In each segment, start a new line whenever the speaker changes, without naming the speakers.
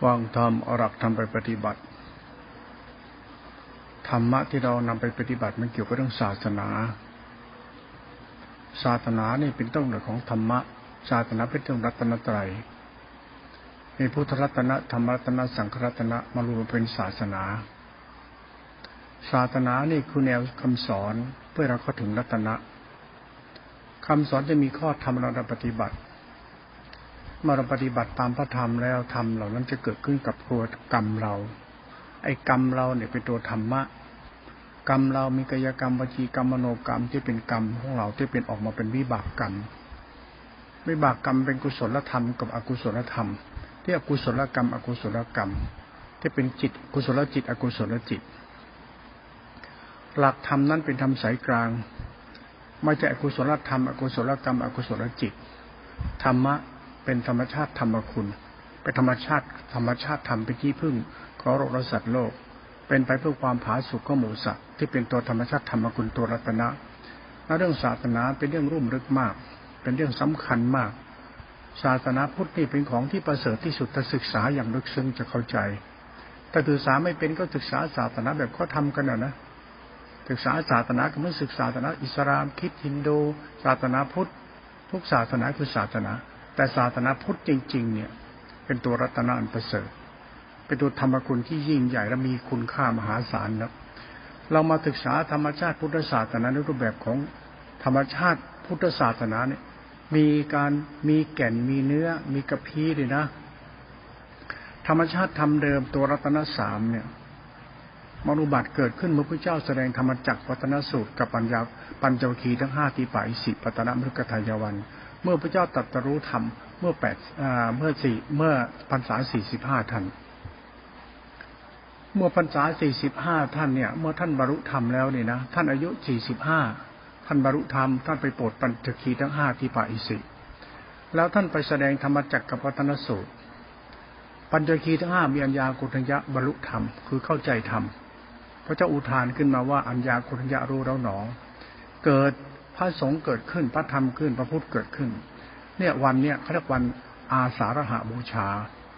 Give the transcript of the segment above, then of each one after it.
ฟังธรรมเอาหลักธรรมไปปฏิบัติธรรมะที่เรานำไปปฏิบัติมันเกี่ยวกับเรื่องศาสนานี่เป็นต้นหลักของธรรมะศาสนาเป็นเรื่องรัตนตรัยมีพุทธรัตนะธรรมรัตนะสังฆรัตนะมารวมเป็นศาสนานี่คือแนวคำสอนเพื่อเราเข้าถึงรัตนะคำสอนจะมีข้อธรรมเราปฏิบัติเมื่อเราปฏิบัติตามพระธรรมแล้วธรรมเหล่านั้นจะเกิดขึ้นกับตัวกรรมเราไอ้กรรมเราเนี่ยเป็นตัวธรรมะกรรมเรามีกายกรรมวจีกรรมมโนกรรมที่เป็นกรรมของเราที่เป็นออกมาเป็นวิบากกรรมวิบากกรรมเป็นกุศลธรรมกับอกุศลธรรมที่อกุศลกรรมอกุศลกรรมที่เป็นจิตกุศลจิตอกุศลจิตหลักธรรมนั้นเป็นธรรมสายกลางไม่ใช่อกุศลธรรมอกุศลกรรมอกุศลจิตธรรมะเป็นธรรมชาติธรรมคุณเป็นธรรมชาติธรรมเป็นที่พึ่งของโลกและสัตว์โลกเป็นไปเพื่อความผาสุกของหมู่สัตว์ที่เป็นตัวธรรมชาติธรรมคุณตัวรัตนะและเรื่องศาสนาเป็นเรื่องรุ่มลึกมากเป็นเรื่องสำคัญมากศาสนาพุทธนี่เป็นของที่ประเสริฐที่สุดถ้าศึกษาอย่างลึกซึ้งจะเข้าใจแต่ศึกษาไม่เป็นก็ศึกษาศาสนาแบบเขาทำกันนะศึกษาศาสนาก็ไม่ศึกษาศาสนาอิสลามคริสต์ฮินดูศาสนาพุทธทุกศาสนาคือศาสนาแต่ศาสนาพุทธจริงๆเนี่ยเป็นตัวรัตนะอันประเสริฐเป็นตัวธรรมคุณที่ยิ่งใหญ่และมีคุณค่ามหาศาลนะเรามาศึกษาธรรมชาติพุทธศาสนาในรูปแบบของธรรมชาติพุทธศาสนาเนี่ยมีแก่นมีเนื้อมีกระพี้เลยนะธรรมชาติธรรมเดิมตัวรัตนสามเนี่ยมนุบัติเกิดขึ้นเมื่อพระเจ้าแสดงธรรมจักรวัฒนสูตรกับปัญจวัคคีย์ทั้ง5ที่ป่าอิสิปตนมฤคทายวันเมื่อพระเจ้าตรัสรู้ธรรมเมื่อพรรษา45ท่านเมื่อพรรษา45ท่านเนี่ยเมื่อท่านบรรลุธรรมแล้วเนี่ยนะท่านอายุ45ท่านบรรลุธรรมท่านไปโปรดปัญจวัคคีย์ทั้ง5ที่ป่าอิสิแล้วท่านไปแสดงธรรมจักรกับวัฒนสูตรปัญจวัคคีย์ทั้ง5มีอัญญาโกณทัญญะบรรลุธรรมคือเข้าใจธรรมพระเจ้าอุทานขึ้นมาว่าอัญญาโกณทัญญะรู้แล้วหนอเกิดพระสงฆ์เกิดขึ้นพระธรรมขึ้นพระพุทธเกิดขึ้นเนี่ยวันเนี่ยเขาเรียกวันอาสาฬหบูชา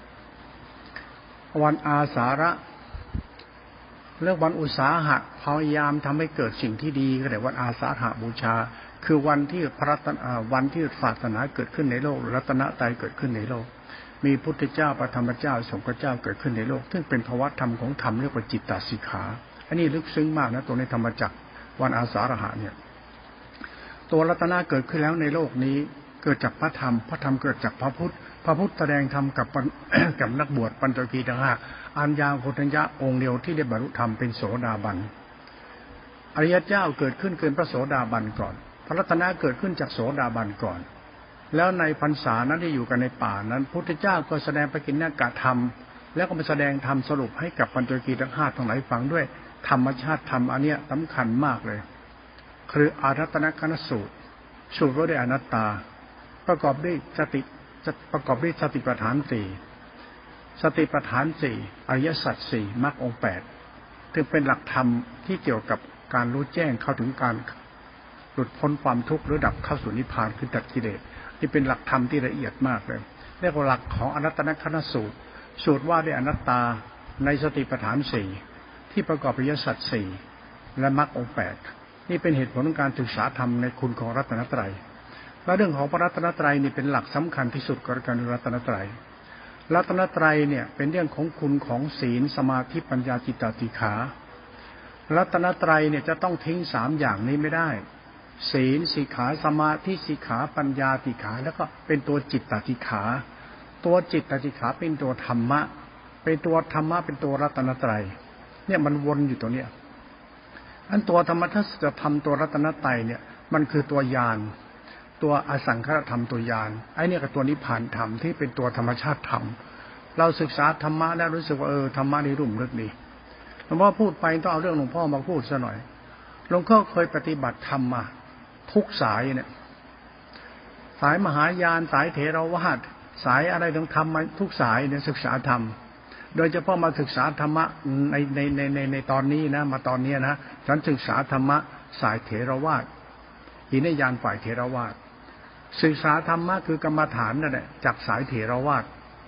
วันอาสาฬะเรื่องวันอุตสาหะพยายามทำให้เกิดสิ่งที่ดีก็เรียกวันอาสาฬหบูชาคือวันที่วันที่ศาสนาเกิดขึ้นในโลกรัตนตรัยเกิดขึ้นในโลกมีพุทธเจ้าพระธรรมเจ้าสงฆ์เจ้าเกิดขึ้นในโลกซึ่งเป็นภวธรรมของธรรมเรียกว่าจิตตสิกขาอันนี้ลึกซึ้งมากนะตัวในธรรมจักรวันอาสาฬหะเนี่ยตัวรัตนะเกิดขึ้นแล้วในโลกนี้เกิดจากพระธรรมเกิดจากพระพุทธแสดงธรรมกับ กับนักบวชปัญจวัคคีย์ทั้ง5อัญญาโกณทัญญะองค์เดียวที่ได้บรรลุธรรมเป็นโสดาบันอริยเจ้าเกิดขึ้นเกินพระโสดาบันก่อนพระรัตนะเกิดขึ้นจากโสดาบันก่อนแล้วในพรรษานั้นที่อยู่กันในป่านั้นพุทธเจ้าก็แสดงปกิณณกธรรมแล้วก็มาแสดงธรรมสรุปให้กับปัญจวัคคีย์ทั้ง5ทั้งหลายฟังด้วยธรรมชาติธรรมอันเนี้ยสำคัญมากเลยคืออารัตนคณสูตรว่าด้วยอนัตตาประกอบด้วยสติปัฏฐาน4สติปัฏฐาน4อริยสัจ4มรรคองค์8ซึ่งเป็นหลักธรรมที่เกี่ยวกับการรู้แจ้งเข้าถึงการหลุดพ้นความทุกข์หรือดับเข้าสู่นิพพานคือตัดกิเลสที่เป็นหลักธรรมที่ละเอียดมากเลยเรียกว่าหลักของอนัตตนคณสูตรว่าด้วยอนัตตาในสติปัฏฐาน4ที่ประกอบอริยสัจ4และมรรคองค์8นี่เป็นเหตุผลของการศึกษาธรรมในคุณของรัตนตรัยและเรื่องของพระรัตนตรัยนี่เป็นหลักสำคัญที่สุดของการรัตนตรัยเนี่ยเป็นเรื่องของคุณของศีลสมาธิปัญญาจิตตติขารัตนตรัยเนี่ยจะต้องทิ้ง3อย่างนี้ไม่ได้ศีลสิกขาสมาธิสิกขาปัญญาติขาแล้วก็เป็นตัวจิตตติขาตัวจิตตติขาเป็นตัวธรรมะเป็นตัวธรรมะเป็นตัวรัตนตรัยเนี่ยมันวนอยู่ตัวเนี้ยอันตัวธรรมทัศนธรรมตัวรัตนตรัยเนี่ยมันคือตัวญาณตัวอสังขารธรรมตัวญาณไอ้นี่ก็ตัวนิพพานธรรมที่เป็นตัวธรรมชาติธรรมเราศึกษาธรรมะแล้วรู้สึกว่าธรรมะนี่รุ่มลึกดีหลวงพ่อพูดไปต้องเอาเรื่องหลวงพ่อมาพูดซะหน่อยหลวงพ่อเคยปฏิบัติธรรมมาทุกสายเนี่ยสายมหายานสายเถรวาทสายอะไรต้องทำมาทุกสายเนี่ยศึกษาธรรมโดยเฉพาะมาศึกษาธรรมะในตอนนี้นะมาตอนนี้นะฉันศึกษาธรรมะสายเถรวาทหินยานฝ่ายเถรวาทศึกษาธรรมะคือกรรมฐานนั่นแหละจากสายเถรวาท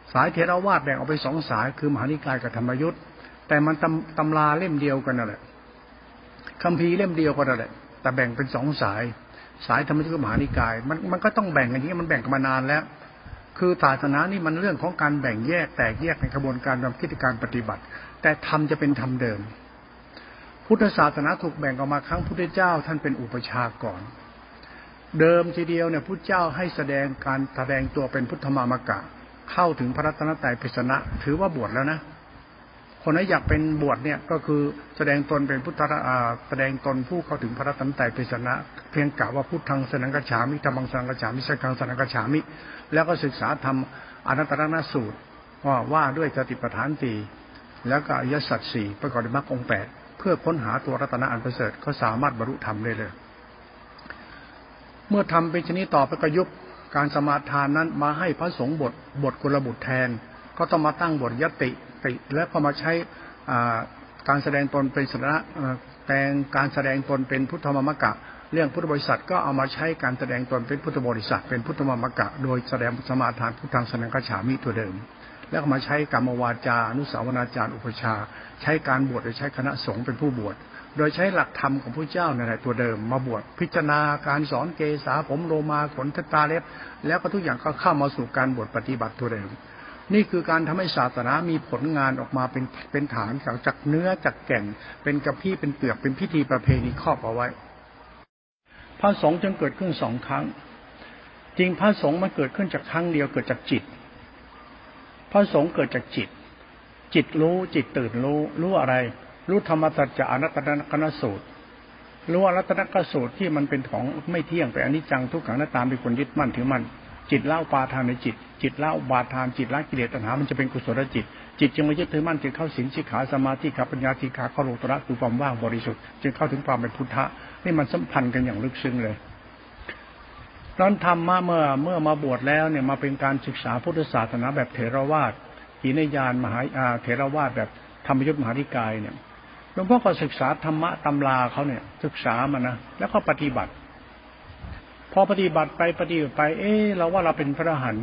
สายเถรวาทแบ่งออกไปสองสายคือมหานิกายกับธรรมยุทธ์แต่มันตำราเล่มเดียวกันนั่นแหละคัมภีร์เล่มเดียวกันนั่นแหละแต่แบ่งเป็นสองสายสายธรรมยุทธ์กับมหานิกายมันก็ต้องแบ่งอย่างนี้มันแบ่งกันมานานแล้วคือศาสนานี่มันเรื่องของการแบ่งแยกแตกแยกในกระบวนการความคิดการปฏิบัติแต่ธรรมจะเป็นธรรมเดิมพุทธศาสนาถูกแบ่งออกมาครั้งพุทธเจ้าท่านเป็นอุปชาก่อนเดิมทีเดียวเนี่ยพุทธเจ้าให้แสดงตัวเป็นพุทธมามกะเข้าถึงพระรัตนตรัยปิศนะถือว่าบวชแล้วนะคนที่อยากเป็นบวชเนี่ยก็คือแสดงตนเป็นพุทธแสดงตนผู้เข้าถึงพระรัตนตรัยปิศนะเพียงกล่าวว่าพุทธังสนังกัจฉามิธัมมังสนังกัจฉามิสังฆังสนังกัจฉามิแล้วก็ศึกษาธรรมอนัตตลสูตรว่าด้วยสติปัฏฐานสี่แล้วก็อริยสัจสี่ประกอบด้วยมรรคองค์8เพื่อค้นหาตัวรัตนะอันประเสริฐเขาสามารถบรรลุธรรมได้เลยเมื่อทำเป็นชนิดต่อไปก็ยุบการสมาทานนั้นมาให้พระสงฆ์บทกุลบุตรแทนก็ต้องมาตั้งบทยติและพอมาใช้การแสดงตนเป็นสนะแต่งการแสดงตนเป็นพุทธมามกะเรื่องพุทธบริษัทก็เอามาใช้การแสดงตนเป็นพุทธบริษัทเป็นพุทธมามกะโดยแสดงสมาทานพุทธังสนังกัจฉามิตัวเดิมแล้วก็มาใช้กรรมวาจาอนุสาวนาจารอุปชาใช้การบวชโดยใช้คณะสงฆ์เป็นผู้บวชโดยใช้หลักธรรมของพระเจ้าในตัวเดิมมาบวชพิจารณาการสอนเกษาผมโลมาขนตาเล็บแล้วก็ทุกอย่างก็เข้ามาสู่การบวชปฏิบัติตัวเดิมนี่คือการทำให้ศาสนามีผลงานออกมาเป็นฐานจากเนื้อจากแก่นเป็นกระพี้เป็นเปลือกเป็นพิธีประเพณีครอบเอาไว้พระสงฆ์จึงเกิดขึ้น2 ครั้งจริงพระสงฆ์มันเกิดขึ้นจากครั้งเดียวเกิดจากจิตพระสงฆ์เกิดจากจิตรู้จิตตื่นรู้อะไรรู้ธรรมสัจจะอนัตตนสูตรรู้อนัตตนสูตรที่มันเป็นของไม่เที่ยงเป็นอนิจจังทุกขังอนัตตาเป็นคนยึดมั่นถือมั่นจิตละอุปาทานในจิตละอุปาทานจิตละกิเลสตัณหามันจะเป็นกุศลจิตจึงไม่ยึดถือมั่นจึงเข้าศีลสิกขาสมาธิขับปัญญาทีขาเข้าโลกุตระคือความว่างบริสุทธิ์จึงเข้าถึงความเป็นพุทธะนี่มันสัมพันธ์กันอย่างลึกซึ้งเลยนั้นธรรมะเมื่อมาบวชแล้วเนี่ยมาเป็นการศึกษาพุทธศาสนาแบบเถรวาทหินยานมหาเถรวาทแบบธรรมยุทธมหานิกายเนี่ยหลวงพ่อก็ศึกษาธรรมะตำราเขาเนี่ยศึกษามานะแล้วก็ปฏิบัติพอปฏิบัติไปเราว่าเราเป็นพระอรหันต์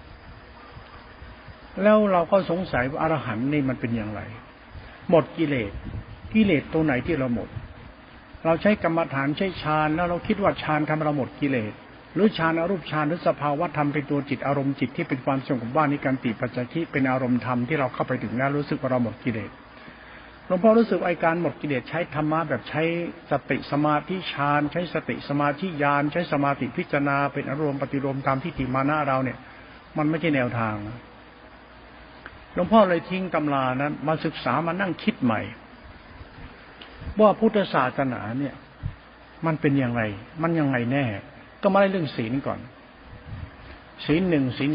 แล้วเราก็สงสัยว่าอรหันต์นี่มันเป็นอย่างไรหมดกิเลสตัวไหนที่เราหมดเราใช้กรรมฐานใช้ฌานแล้วเราคิดว่าฌานทำให้เราหมดกิเลสหรือฌานอรูปฌานหรือสภาวะธรรมเป็นตัวจิตอารมณ์จิตที่เป็นความสงบว่างในการติปัจจัยที่เป็นอารมณ์ธรรมที่เราเข้าไปถึงแล้วรู้สึกว่าเราหมดกิเลสหลวงพ่อรู้สึกไอ้การหมดกิเลสใช้ธรรมะแบบใช้สติสมาธิฌานใช้สติสมาธิญาณใช้สมาธิพิจารณาเป็นอารมณ์ปฏิโลมตามที่ทิฏฐิมานะเราเนี่ยมันไม่ใช่แนวทางหลวงพ่อเลยทิ้งตำรานั้นมาศึกษามานั่งคิดใหม่ว่าพุทธศาสนาเนี่ยมันเป็นอย่างไรมันยังไงแน่ก็มาได้เรื่องศีลก่อนศีล1ศีล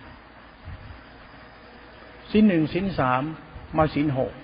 3ศีล1ศีล3มาศีล6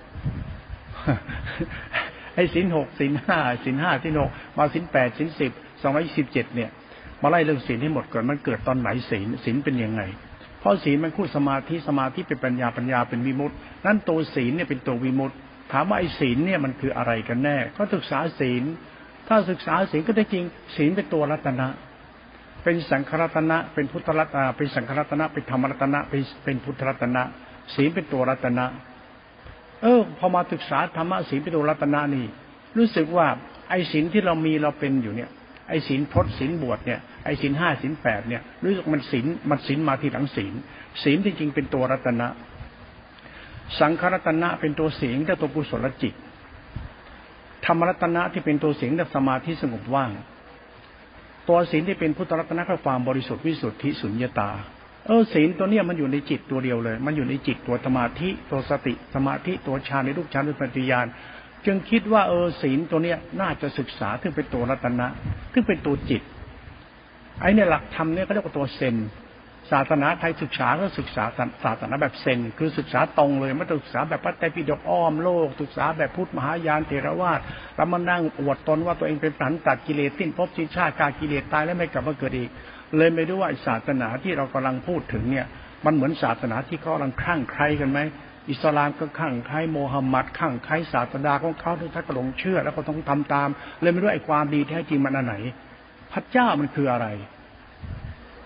ไอ้ศีล6ศีล5ศีล5ศีล6มาศีล8ศีล10 227เนี่ยมาไล่เรื่องศีลให้หมดก่อนมันเกิดตอนไหนศีลเป็นยังไงเพราะศีลมันคู่สมาธิเป็นปัญญาเป็นวิมุตตินั้นตัวศีลเนี่ยเป็นตัววิมุตติถามว่าไอ้ศีลเนี่ยมันคืออะไรกันแน่ก็ศึกษาศีลถ้าศึกษาศีลก็ได้จริงศีลเป็นตัวรัตนะเป็นสังขรัตนะเป็นพุทธรัตนะเป็นสังขรัตนะเป็นธรรมรัตนะเป็นพุทธรัตนะศีลเป็นตัวรัตนะพอมาศึกษาธรรมะศีลเป็นตัวรัตนะนี่รู้สึกว่าไอ้ศีลที่เรามีเราเป็นอยู่เนี่ยไอ้ศีลพจน์ศีลบวชเนี่ยไอ้ศีล5ศีล8เนี่ยรู้สึกมันศีลมาทีหลังศีลจริงๆเป็นตัวรัตนะสังขรัตนะเป็นตัวศีลแต่ตัวกุศลจิตธรรมรัตนะที่เป็นตัวศีลแต่สมาธิสงบว่างตัวศีลที่เป็นพุทธรัตนะคือความบริสุทธิ์วิสุทธิสุญญตาศีลตัวเนี้ยมันอยู่ในจิตตัวเดียวเลยมันอยู่ในจิตตัวสมาธิตัวสติสมาธิตัวฌานในรูปฌานในปัญญาจึงคิดว่าศีลตัวเนี้ยน่าจะศึกษาถึงเป็นตัวรัตนะถึงเป็นตัวจิตไอ้เนี่ยหลักธรรมเนี่ยเขาเรียกว่าตัวเซนศาสนาไทยศึกษาก็ศึกษาศาสนาแบบเซนคือศึกษาตรงเลยไม่ต้องศึกษาแบบพระไตรปิฎกอ้อมโลกศึกษาแบบพุทธมหายานเถรวาทแล้วมานั่งอวดตนว่าตัวเองเป็นพระอรหันต์ตัดกิเลสสิ้นภพสิ้นชาติกากิเลสตายแล้วไม่กลับมาเกิดอีกเลยไม่รู้ว่าศาสนาที่เรากำลังพูดถึงเนี่ยมันเหมือนศาสนาที่เขากำลังคลั่งไคล้กันไหมอิสลามก็คลั่งไคล้โมฮัมหมัดคลั่งไคล้ศาสดาของเขาทุกท่านก็หลงเชื่อแล้วก็ต้องทำตามเลยไม่รู้ไอ้ความดีแท้จริงมันอันไหนพระเจ้ามันคืออะไรพ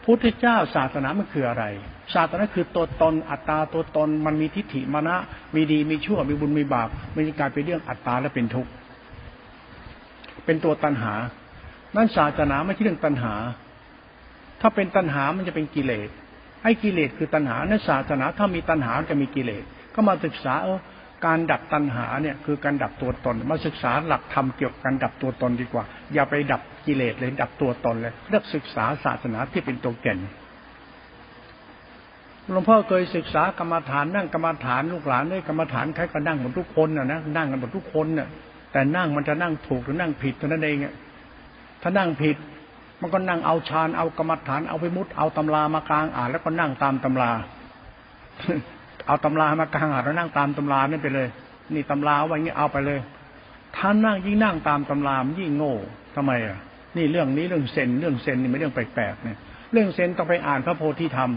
พุทธเจ้าศาสนามันคืออะไรศาสนาคือตัวตนอัตตาตัวตนมันมีทิฏฐิมานะมีดีมีชั่วมีบุญมีบาปมันจะกลายเป็นเรื่องอัตตาและเป็นทุกข์เป็นตัวตัณหานั่นศาสนาไม่ใช่เรื่องตัณหาถ้าเป็นตัณหามันจะเป็นกิเลสไอ้กิเลสคือตัณหานั่นศาสนาถ้ามีตัณหาจะมีกิเลสก็มาศึกษาการดับตัณหาเนี่ยคือการดับตัวตนมาศึกษาหลักธรรมเกี่ยวกับการดับตัวตนดีกว่าอย่าไปดับกิเลสเลยดับตัวตนเลยเลือกศึกษาศาสนาที่เป็นตัวแก่นหลวงพ่อเคยศึกษากรรมฐานนั่งกรรมฐานลูกหลานได้กรรมฐานใครก็นั่งหมดทุกคนนะนั่งกันหมดทุกคนน่ะแต่นั่งมันจะนั่งถูกหรือนั่งผิดเท่านั้นเองถ้านั่งผิดมันก็นั่งเอาฌานเอากรรมฐานเอาไปมุดเอาตำรามากลางอ่านแล้วก็นั่งตามตำราเอาตำรามากลางอ่านแล้วนั่งตามตำรานั่นไปเลยนี่ตำราไว้งี้เอาไปเลยถ้านั่งยิ่งนั่งตามตำรามยิ่งโง่ทำไมนี่เรื่องนี้เรื่องเซนนี่ไม่เรื่องแปลกๆเนี่ยเรื่องเซนต้องไปอ่านพระโพธิธรรม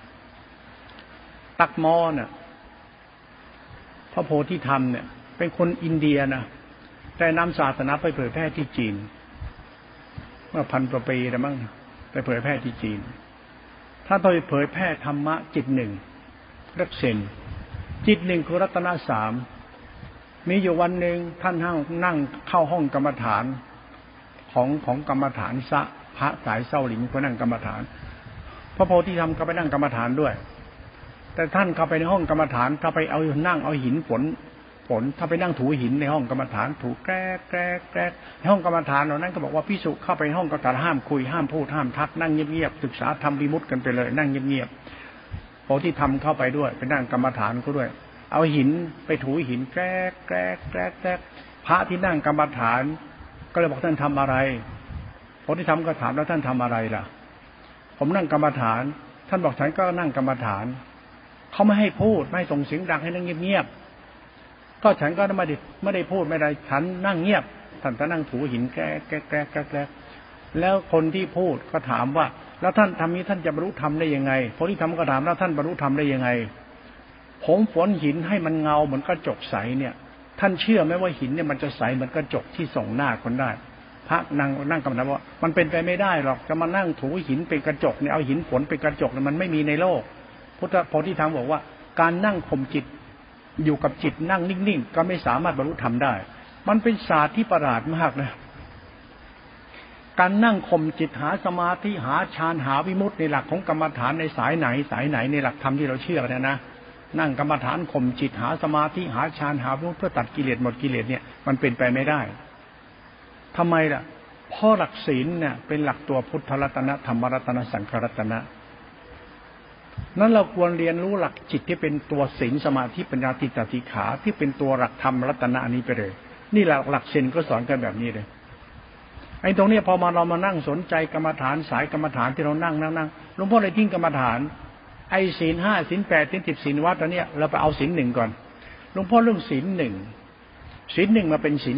ตักมอน่ะพระโพธิธรรมเนี่ยเป็นคนอินเดียนะแต่นำศาสนาไปเผยแพร่ที่จีนเมื่อ1,000 กว่าปีแล้วมั้งไปเผยแพร่ที่จีนถ้าไปเผยแพร่ธรรมะจิตหนึ่งรักเซนจิตหนึ่งคือรัตนะสามมีอยู่วันหนึ่งท่านนั่งเข้าห้องกรรมฐานของกรรมฐานพระสายเศร้าหลิงก็นั่งกรรมฐานพระโพธิธรรมก็ไปนั่งกรรมฐานด้วยแต่ท่านเข้าไปในห้องกรรมฐานถ้าไปเอานั่งเอาหินฝนถ้าไปนั่งถูหินในห้องกรรมฐานถูแกรกในห้องกรรมฐานเหล่านั้นก็บอกว่าภิกษุเข้าไปในห้องกรรมฐานห้ามคุยห้ามพูดห้ามทักนั่งเงียบๆศึกษาธรรมวิมุตติกันไปเลยนั่งเงียบๆโพธิธรรมเข้าไปด้วยไปนั่งกรรมฐานก็ด้วยเอาหินไปถูหินแกรกพระที่นั่งกรรมฐานก็เลยบอกท่านทำอะไรโพธิธรรมก็ถามแล้วท่านทำอะไรล่ะผมนั่งกรรมฐานท่านบอกฉันก็นั่งกรรมฐานเขาไม่ให้พูดไม่ส่งเสียงดังให้นั่งเงียบๆก็ฉันก็ไม่ได้พูดไม่ได้ฉันนั่งเงียบท่านก็นั่งถูหินแกรกแล้วคนที่พูดก็ถามว่าแล้วท่านทำนี้ท่านจะบรรลุธรรมได้ยังไงโพธิธรรมก็ถามแล้วท่านบรรลุธรรมได้ยังไงผมฝนหินให้มันเงาเหมือนกระจกใสเนี่ยท่านเชื่อไหมว่าหินเนี่ยมันจะใสเหมือนกระจกที่ส่องหน้าคนได้พระนั่งกรรมฐานว่ามันเป็นไปไม่ได้หรอกจะมานั่งถูหินเป็นกระจกเนี่ยเอาหินฝนเป็นกระจกเนี่ยมันไม่มีในโลกพุทธโพธิธรรมบอกว่าการนั่งข่มจิตอยู่กับจิตนั่งนิ่งๆก็ไม่สามารถบรรลุธรรมได้มันเป็นศาสตร์ที่ประหลาดมากนะการนั่งข่มจิตหาสมาธิหาฌานหาวิมุตติในหลักของกรรมฐานในสายไหนในหลักธรรมที่เราเชื่อเนี่ยนะนั่งกรรมฐานข่มจิตหาสมาธิหาฌานหาวิมุตติเพื่อตัดกิเลสหมดกิเลสเนี่ยมันเป็นไปไม่ได้ทำไมล่ะเพราะหลักศีลเนี่ยเป็นหลักตัวพุทธรัตนะธรรมรัตนะสังฆรัตนะนั้นเราควรเรียนรู้หลักจิตที่เป็นตัวศีลสมาธิปัญญาติตติขาที่เป็นตัวหลักธรรมรัตนะนี้ไปเลยนี่หลักเซนก็สอนกันแบบนี้เลยไอ้ตรงนี้พอเรามานั่งสนใจกรรมฐานสายกรรมฐานที่เรานั่งหลวงพ่อเลยทิ้งกรรมฐานไอ้ศีล 5ศีล 8ศีล 10ศีลวัดตัวเนี้ยเราไปเอาศีล 1ก่อนหลวงพ่อเรื่องศีล 1ศีล 1มาเป็นศีล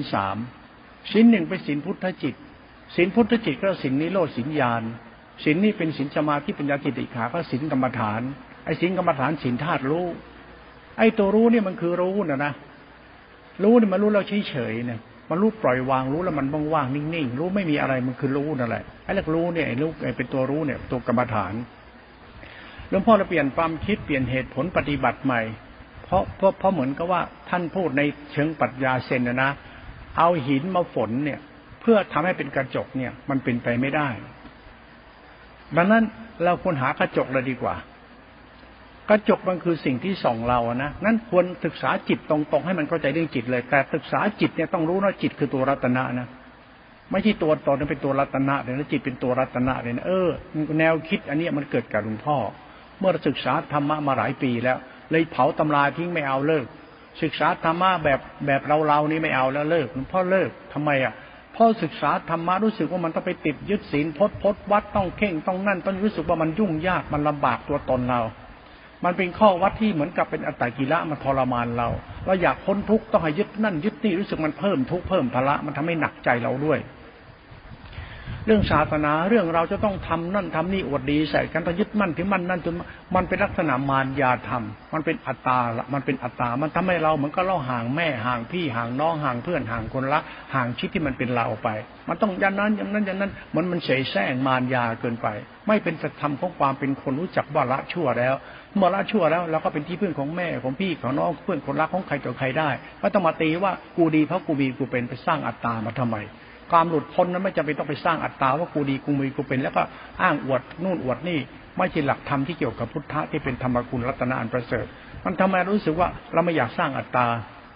3ศีล 1เป็นศีลพุทธจิตศีลพุทธจิตก็ศีลนิโรธศีลญาณศีลนี่เป็นศีลสมาธิปัญญาจิตติขาก็ศีลกรรมฐานไอ้ศีลกรรมฐานศีลธาตุรู้ไอ้ตัวรู้เนี่ยมันคือรู้นะรู้เนี่ยมันรู้เราเฉยๆเนี่ยมันรู้ปล่อยวางรู้แล้วมันว่างๆนิ่งๆรู้ไม่มีอะไรมันคือรู้นั่นแหละไอ้เรื่องรู้เนี่ยไอ้รู้เป็นตัวรู้เนี่ยตัวกรรมฐานหลวงพ่อเราเปลี่ยนความคิดเปลี่ยนเหตุผลปฏิบัติใหม่เพราะเหมือนกับว่าท่านพูดในเชิงปรัชญาเซนนะเอาหินมาฝนเนี่ยเพื่อทำให้เป็นกระจกเนี่ยมันเป็นไปไม่ได้ดังนั้นเราควรหากระจกเลยดีกว่ากระจกมันคือสิ่งที่ส่องเรานะนั้นควรศึกษาจิตตรงๆให้มันเข้าใจเรื่องจิตเลยแต่ศึกษาจิตเนี่ยต้องรู้ว่าจิตคือตัวรัตนะนะไม่ใช่ตัวตนเป็นตัวรัตนะเลยนะจิตเป็นตัวรัตนะเลยนะแนวคิดอันนี้มันเกิดกับหลวงพ่อเมื่อศึกษาธรรมะมาหลายปีแล้วเลยเผาตำราทิ้งไม่เอาเลิกศึกษาธรรมะแบบเรานี่ไม่เอาแล้วเลิกหลวงพ่อเลิกทำไมพอศึกษาธรรมะรู้สึกว่ามันต้องไปติดยึดศีลพจน์วัดต้องเข่งต้องนั่นต้องรู้สึกว่ามันยุ่งยากมันลำบากตัวตนเรามันเป็นข้อวัดที่เหมือนกับเป็นอัตตกิละมันทรมานเราอยากพ้นทุกข์ต้องให้ยึดนั่นยึดนี่รู้สึกมันเพิ่มทุกข์เพิ่มภาระมันทำให้หนักใจเราด้วยเรื่องศาสนาเรื่องเราจะต้องทำนั่นทำนี่อวดดีใส่กันต้องยึดมั่นถือมั่นนั่นจนมันเป็นลักษณะมารยาธรรมมันเป็นอัตตามันเป็นอัตตามันทำให้เราเหมือนกับเราห่างแม่ห่างพี่ห่างน้องห่างเพื่อนห่างคนรักห่างชิดที่มันเป็นเราไปมันต้องอย่างนั้นอย่างนั้นอย่างนั้นมันเฉยแซงมารยาเกินไปไม่เป็นสัจธรรมของความเป็นคนรู้จักว่าละชั่วแล้วเมื่อละชั่วแล้วเราก็เป็นที่พึ่งของแม่ของพี่ของน้องเพื่อนคนรักของใครต่อใครได้ไม่ต้องมาตีว่ากูดีเพราะกูมีกูเป็นไปสร้างอัตตามาทำไมความหลุดพ้นนั้นไม่จำเป็นต้องไปสร้างอัตตาว่ากูดีกูมีกูเป็นแล้วก็อ้างอวดนู่นอวดนี่ไม่ใช่หลักธรรมที่เกี่ยวกับพุทธะที่เป็นธรรมคุณรัตนะอันประเสริฐมันทำไมรู้สึกว่าเราไม่อยากสร้างอัตตา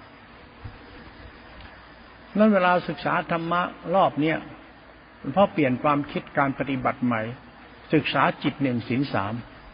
นั้นเวลาศึกษาธรรมะรอบเนี้ยเพราะเปลี่ยนความคิดการปฏิบัติใหม่ศึกษาจิตหนึ่งศีลสาม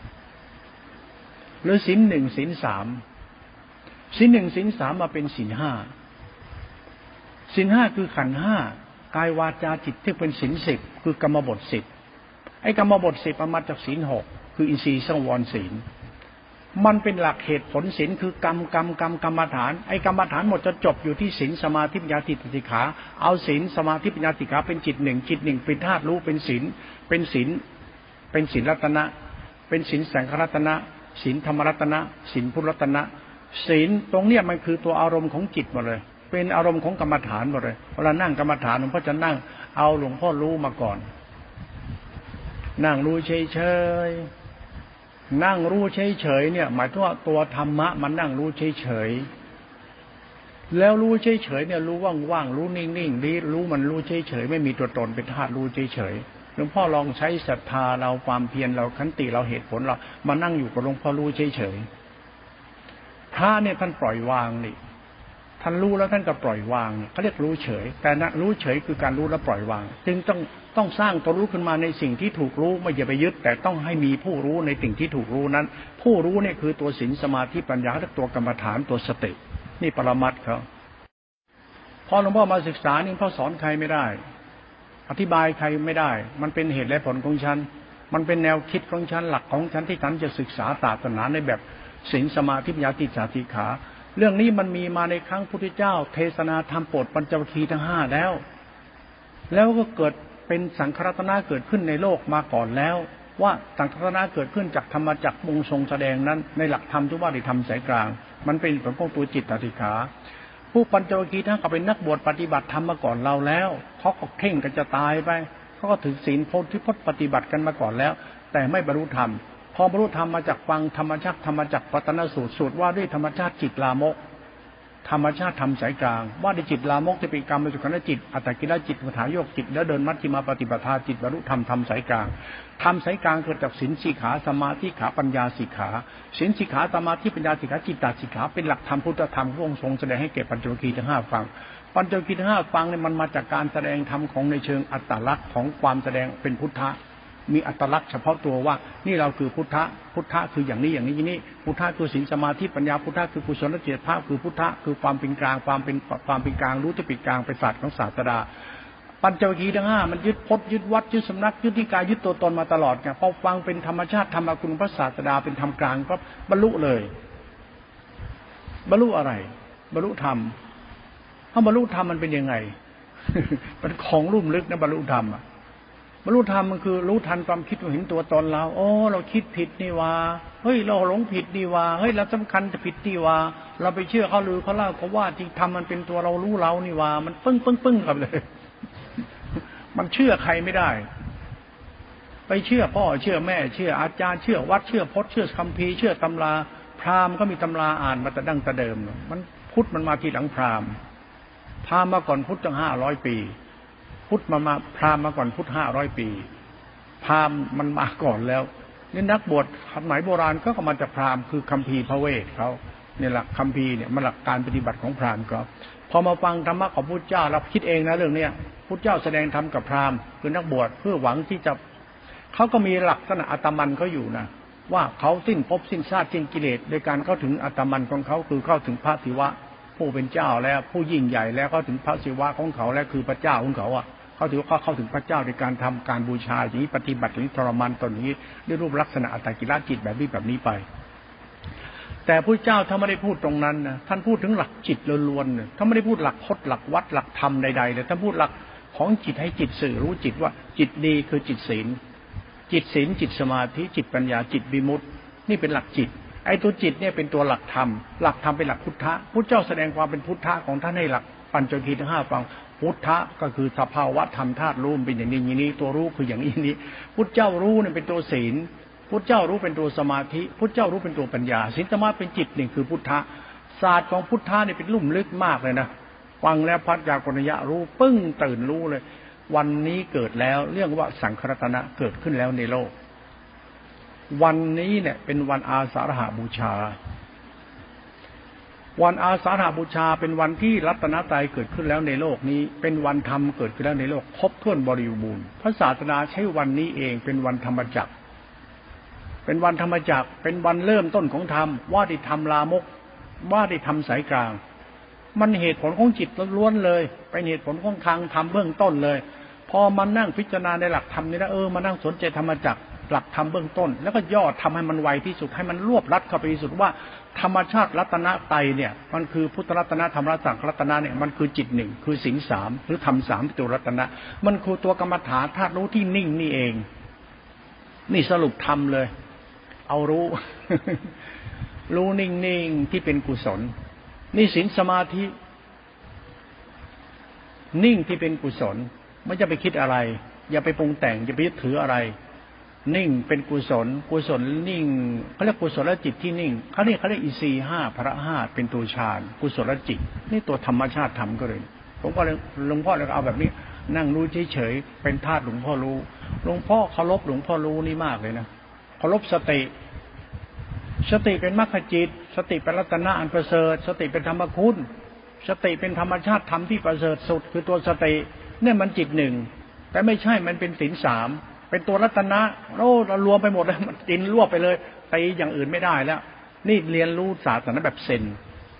หรือศีลหนึ่งศีลสามศีลหนึ่งศีลสามมาเป็นศีลห้าศีลห้าคือขันธ์ห้ากายวาจาจิตที่เป็นศีลสิบคือกรรมบทสิบไอ้กรรมบทสิบมาจากศีลหกคืออินทรีย์สังวรศีลมันเป็นหลักเหตุผลศีลคือกรรมฐานไอ้กรรมฐานหมดจะจบอยู่ที่ศีลสมาธิปัญญาสิกขาเอาศีลสมาธิปัญญาสิกขาเป็นจิตหนึ่งจิตหนึ่งเป็นธาตุรู้เป็นศีลเป็นศีลเป็นศีลรัตนะเป็นศีลสังฆรัตนะศีลธรรมรัตนะศีลพุทธรัตนะศีลตรงเนี้ยมันคือตัวอารมณ์ของจิตหมดเลยเป็นอารมณ์ของกรรมฐานหมดเลยเวลานั่งกรรมฐานหลวงพ่อจะนั่งเอาหลวงพ่อรู้มาก่อนนั่งรู้เฉยๆนั่งรู้เฉยๆเนี่ยหมายถึงว่าตัวธรรมะมันนั่งรู้เฉยๆแล้วรู้เฉยๆเนี่ยรู้ว่างๆรู้นิ่งๆรู้มันรู้เฉยๆไม่มีตัวตนเป็นธาตุรู้เฉยๆหลวงพ่อลองใช้ศรัทธาเราความเพียรเราขันติเราเหตุผลเรามานั่งอยู่กับหลวงพ่อรู้เฉยๆพระเนี่ยท่านปล่อยวางนี่ท่านรู้แล้วท่านก็ปล่อยวางเขาเรียกรู้เฉยแต่นะรู้เฉยคือการรู้แล้วปล่อยวางจึงต้องสร้างตัวรู้ขึ้นมาในสิ่งที่ถูกรู้ไม่อย่าไปยึดแต่ต้องให้มีผู้รู้ในสิ่งที่ถูกรู้นั้นผู้รู้เนี่ยคือตัวศีลสมาธิปัญญาและตัวกรรมฐานตัวสตินี่ปรมัตถ์เขาพอหลวงพ่อมาศึกษานี่พ่อสอนใครไม่ได้อธิบายใครไม่ได้มันเป็นเหตุและผลของฉันมันเป็นแนวคิดของฉันหลักของฉันที่ฉันจะศึกษาศาสนาในแบบศีลสมาธิปัญญาสิกขาเรื่องนี้มันมีมาในครั้งพุทธเจ้าเทศนาธรรมโปรดปัญจวัคคีย์ทั้งห้าแล้วก็เกิดเป็นสังฆรัตนะเกิดขึ้นในโลกมาก่อนแล้วว่าสังฆรัตนะเกิดขึ้นจากธรรมจักรวงทรงแสดงนั้นในหลักธรรมที่ว่าได้ทำสายกลางมันเป็นผลของตัวจิตสิกขาผู้ปัญจวัคคีย์ทั้งก็เป็นนักบวชปฏิบัติธรรมมาก่อนเราแล้วเขาก็เข่งกันจะตายไปเขาก็ถือศีลโพธิพจน์ปฏิบัติกันมาก่อนแล้วแต่ไม่บรรลุธรรมพอบรรลุธรรมมาจากฟังธรรมชาติธรรมจักรปัตตนสูตรว่าด้วยธรรมชาติจิตลามกธรรมชาติธรรมสายกลางว่าด้วยจิตลามกที่เป็นกรรมเป็นสุขจิตอัตตกิลจิตมหาโยกจิตแล้วเดินมัชฌิมาปฏิปทาจิตบรรลุธรรมสายกลางธรรมสายกลางเกิดจากศีลสิกขาสมาธิขาปัญญาสิกขาศีลสิกขาสมาธิปัญญาสิกขาจิตตสิกขาเป็นหลักธรรมพุทธธรรมที่องค์ทรงแสดงให้แก่ปัญจวัคคีย์ทั้งห้าฟังปัญจวัคคีย์ทั้งห้าฟังเนี่ยมันมาจากการแสดงธรรมของในเชิงอัตตลักษณ์ของความแสดงเป็นพุทธะมีอัตลักษณ์เฉพาะตัวว่านี่เราคือพุทธะพุทธะคืออย่างนี้อย่างนี้พุทธะคือศีลสมาธิปัญญาพุทธะคือกุศลจิตภาพคือพุทธะคือความเป็นกลางความเป็นกลางรู้ที่เป็นกลางเป็นศาสตร์ของศาสดาปัญจวัคคีย์ทั้งห้ามันยึดพจน์ยึดวัดยึดสำนักยึดที่กายยึดตัวตนมาตลอดไงพอฟังเป็นธรรมชาติธรรมคุณพระศาสดาเป็นธรรมกลางก็บรรลุเลยบรรลุอะไรบรรลุธรรมถ้าบรรลุธรรมมันเป็นยังไงเป็นของลุ่มลึกนะบรรลุธรรมบรรลุธรรมมันคือรู้ทันความคิดเห็นตัวตนเราโอ้เราคิดผิดนี่ว่าเฮ้ยเราหลงผิดนี่ว่าเฮ้ยเราสำคัญจะผิดนี่ว่าเราไปเชื่อเขาหรือเขาเล่าเขาว่าที่ทำมันเป็นตัวเรารู้เรานี่ว่ามันปึ้งกับเลยมันเชื่อใครไม่ได้ไปเชื่อพ่อเชื่อแม่เชื่ออาจารย์เชื่อวัดเชื่อพจน์เชื่อคัมภีร์เชื่อตำราพราหมณ์ก็มีตำราอ่านมาแต่ดั้งแต่เดิมมันพุทธมันมาทีหลังพราหมณ์มาก่อนพุทธตั้ง500 ปีพุทธมาพราหมณ์มาก่อนพุทธ500 ปีพราหมณ์มันมาก่อนแล้วนี่นักบวชสมัยโบราณก็มาจากพราหมณ์คือคัมภีร์พระเวทเขาเนี่ยหลักคัมภีร์เนี่ยมันหลักการปฏิบัติของพราหมณ์ก็พอมาฟังธรรมะของพุทธเจ้าเราคิดเองนะเรื่องเนี้ยพุทธเจ้าแสดงธรรมกับพราหมณ์คือนักบวชเพื่อหวังที่จะเขาก็มีหลักลักษณะอัตมันเขาอยู่นะว่าเขาสิ้นภพสิ้นชาติสิ้นกิเลสโดยการเข้าถึงอัตมันของเขาคือเข้าถึงพระศิวะผู้เป็นเจ้าแล้วผู้ยิ่งใหญ่แล้วเข้าถึงพระศิวะของเขาแล้วคือพระเจ้าของเขาอ่ะเขาถือว่าเข้าถึงพระเจ้าในการทำการบูชาอย่างนี้ปฏิบัติอย่างนี้ทรมานตนนี้ด้วยรูปลักษณะอัตตกิลจิตแบบนี้ไปแต่พระเจ้าท่านไม่ได้พูดตรงนั้นนะท่านพูดถึงหลักจิตล้วนๆท่านไม่ได้พูดหลักพจน์หลักวัดหลักธรรมใดๆเลยท่านพูดหลักขของจิตให้จิตสื่อรู้จิตว่าจิตดีคือจิตศีลจิตศีลจิตสมาธิจิตปัญญาจิตวิมุตตินี่เป็นหลักจิตไอ้ตัวจิตเนี่ยเป็นตัวหลักธรรมหลักธรรมเป็นหลักพุทธะพุทธเจ้าแสดงความเป็นพุทธะของท่านให้หลักปัญจวัคคีย์ทั้ง5ฟังพุทธะก็คือสภาวะธรรมธาตุรู้เป็นอย่างนี้ตัวรู้คืออย่างนี้พุทธเจ้ารู้เนี่ยเป็นตัวศีลพุทธเจ้ารู้เป็นตัวสมาธิพุทธเจ้ารู้เป็นตัวปัญญาศีลสมาธิเป็นจิตหนึ่งคือพุทธะศาสตร์ของพุทธะเนี่ยเป็นลุ่มลึกมากเลยนะฟังแล้วพัฒญากรณยะรู้ปึ้งตื่นรู้เลยวันนี้เกิดแล้วเรื่องว่าสังขารตนะเกิดขึ้นแล้วในโลกวันนี้เนี่ยเป็นวันอาสาฬหบูชาวันอาสาฬหบูชาเป็นวันที่รัตนตรัยเกิดขึ้นแล้วในโลกนี้เป็นวันธรรมเกิดขึ้นแล้วในโลกครบถ้วนบริบูรณ์พระศาสดาใช้วันนี้เองเป็นวันธรรมจักรเป็นวันธรรมจักรเป็นวันเริ่มต้นของธรรมว่าได้ธรรมลามกว่าได้ธรรมสายกลางมันเหตุผลของจิตล้วนเลยเป็นเหตุผลของทางธรรมเบื้องต้นเลยพอมานั่งพิจารณาในหลักธรรมนี่นะมานั่งสนใจธรรมจักรหลักธรรมเบื้องต้นแล้วก็ย่อทำให้มันไวที่สุดให้มันรวบรัดเข้าไปที่สุดว่าธรรมชาติรัตนะไตรเนี่ยมันคือพุทธรัตนะธรรมรัตนะรัตนะเนี่ยมันคือจิตหนึ่งคือศีลสามหรือธรรมสามตัวรัตนะมันคือตัวกรรมฐานธาตุรู้ที่นิ่งนี่เองนี่สรุปธรรมเลยเอารู้ รู้นิ่งๆที่เป็นกุศลนี่ศีลสมาธินิ่งที่เป็นกุศลไม่จะไปคิดอะไรอย่าไปปรุงแต่งอย่าไปยึดถืออะไรนิ่งเป็นกุศลกุศลนิ่งเขาเรียกกุศลจิตที่นิ่งเขาเรียกอินทรีย์ห้าพระห้าเป็นตัวฌานกุศลจิตนี่ตัวธรรมชาติธรรมก็เลยผมก็เลยหลวงพ่อเลยเอาแบบนี้นั่งรู้เฉยๆเป็นธาตุหลวงพ่อรู้หลวงพ่อเคารพหลวงพ่อรู้นี่มากเลยนะเคารพสติเป็นมรรคจิตสติเป็นรัตนะอันประเสริฐสติเป็นธรรมคุณสติเป็นธรรมชาติธรรมที่ประเสริฐสุดคือตัวสติเนี่ยมันจิตหนึ่งแต่ไม่ใช่มันเป็นศีลสามเป็นตัวรัตนะเรารวมไปหมดเลยมันกินรวบไปเลยไปอย่างอื่นไม่ได้แล้วนี่เรียนรู้ศาสนาแบบเซน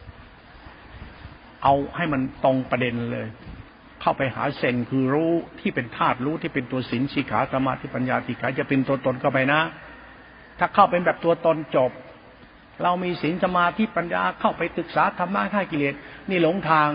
เอาให้มันตรงประเด็นเลยเข้าไปหาเซนคือรู้ที่เป็นธาตุรู้ที่เป็นตัวศีลสิกขาสมาธิปัญญาติขาจะเป็นตัวตนเข้าไปนะถ้าเข้าเป็นแบบตัวตนจบเรามีศีลสมาธิปัญญาเข้าไปศึกษาธรรมะฆ่ากิเลสนี่หลงทาง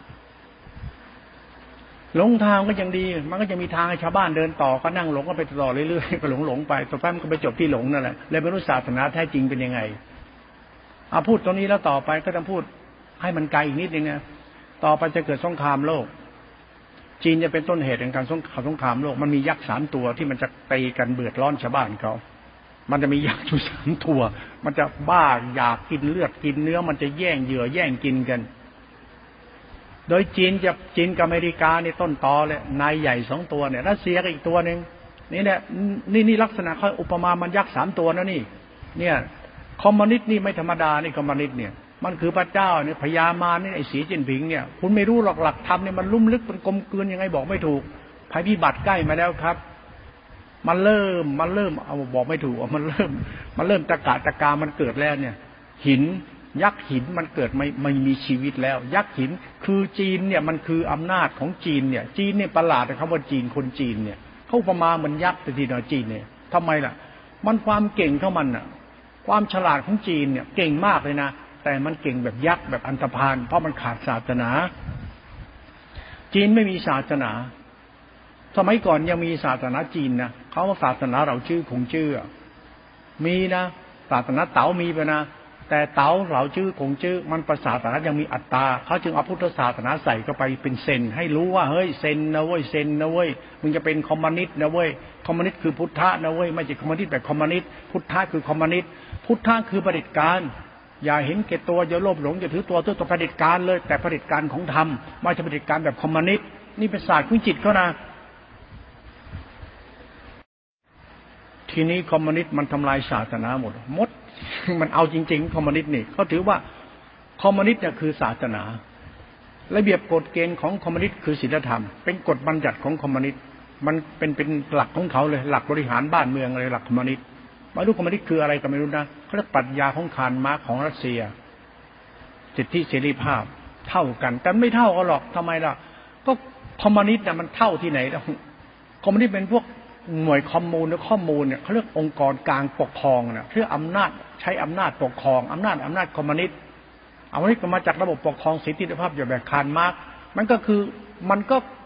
ก็ยังดีมันก็จะมีทางให้ชาวบ้านเดินต่อก็นั่งหลงก็ไปต่อเรื่อยๆก็หลงไปต่อไปมันก็ไปจบที่หลงนั่นแหละเลยไม่รู้ศาสนาแท้จริงเป็นยังไงพูดตรงนี้แล้วต่อไปก็ต้องพูดให้มันไกลอีกนิดนึงนะต่อไปจะเกิดสงครามโลกจีนจะเป็นต้นเหตุแห่งการสงครามโลกมันมียักษ์3ตัวที่มันจะตีกันเบือดร้อนชาวบ้านเขามันจะมียักษ์อยู่3ตัวมันจะบ้าอยากกินเลือดกินเนื้อมันจะแย่งเหยื่อแย่งกินกันโดยจีนกับอเมริกาเนี่ยต้นตอเลยนายใหญ่2ตัวเนี่ยรัสเซียก็อีกตัวนึงนี่แหละนี่ลักษณะเขาอุปมามันยักษ์3ตัวนะนี่เนี่ยคอมมิวนิสต์นี่ไม่ธรรมดานี่คอมมิวนิสต์เนี่ยมันคือพระเจ้าเนี่ยพญามารนี่ไอ้สีจิ้นผิงเนี่ยคุณไม่รู้หลักธรรมเนี่ยมันลุ่มลึกเป็นกลมกลืนยังไงบอกไม่ถูกภัยพิบัติใกล้มาแล้วครับมันเริ่มเอาบอกไม่ถูกมันเริ่มตะกามันเกิดแล้วเนี่ยหินยักษ์หินมันเกิดไม่มีชีวิตแล้วยักษ์หินคือจีนเนี่ยมันคืออำนาจของจีนเนี่ยจีนเนี่ยประหลาดนะครับว่าจีนคนจีนเนี่ยเขาประมาณเหมือนยักษ์แต่ทีเดียวจีนเนี่ยทำไมล่ะมันความเก่งของมันน่ะความฉลาดของจีนเนี่ยเก่งมากเลยนะแต่มันเก่งแบบยักษ์แบบอันธพาลเพราะมันขาดศาสนาจีนไม่มีศาสนาสมัยก่อนยังมีศาสนาจีนนะเขาว่าศาสนาเราชื่อคงชื่อมีนะศาสนาเต๋ามีไปนะแต่เต๋าเราชื่อคงชื่อมันประศาสนายังมีอัตตาเขาจึงเอาพุทธศาสนาใส่เข้าไปเป็นเซนให้รู้ว่าเฮ้ยเซนนะเว้ยเซนนะเว้ยมึงจะเป็นคอมมิวนิสต์นะเว้ยคอมมิวนิสต์คือพุทธะนะเว้ยไม่ใช่คอมมิวนิสต์แบบคอมมิวนิสต์พุทธะคือคอมมิวนิสต์พุทธะคือเผด็จการอย่าเห็นแก่ตัวอย่าโลภหลงอย่าถือตัวเผด็จการเลยแต่เผด็จการของธรรมไม่ใช่เผด็จการแบบคอมมิวนิสต์นี่เป็นศาสตร์ของจิตเขานะทีนี้คอมมิวนิสต์มันทำลายศาสนาหมดมันเอาจริงๆคอมมิวนิสต์นี่เขาถือว่าคอมมิวนิสต์เนี่ยคือศาสนาระเบียบกฎเกณฑ์ของคอมมิวนิสต์คือศีลธรรมเป็นกฎบัญญัติของคอมมิวนิสต์มันเป็นหลักของเขาเลยหลักบริหารบ้านเมืองเลยหลักคอมมิวนิสต์ไม่รู้คอมมิวนิสต์คืออะไรก็ไม่รู้นะเขาเรียกปรัชญาของคาร์ลมาร์กซ์ของรัสเซียสิทธิเสรีภาพเท่ากันแต่ไม่เท่ากันหรอกทำไมล่ะก็คอมมิวนิสต์เนี่ยมันเท่าที่ไหนแล้วคอมมิวนิสต์เป็นพวกหน่วยข้อมูลเนี่ยเขาเรียกองค์กรกลางปกครองนะเพื่ออำนาจใช้อำนาจปกครองอำนาจคอมมิวนิสต์เอาไว้มาจากระบบปกครองสิทธิภาพอย่างแบบคาร์ลมาร์กซ์มันก็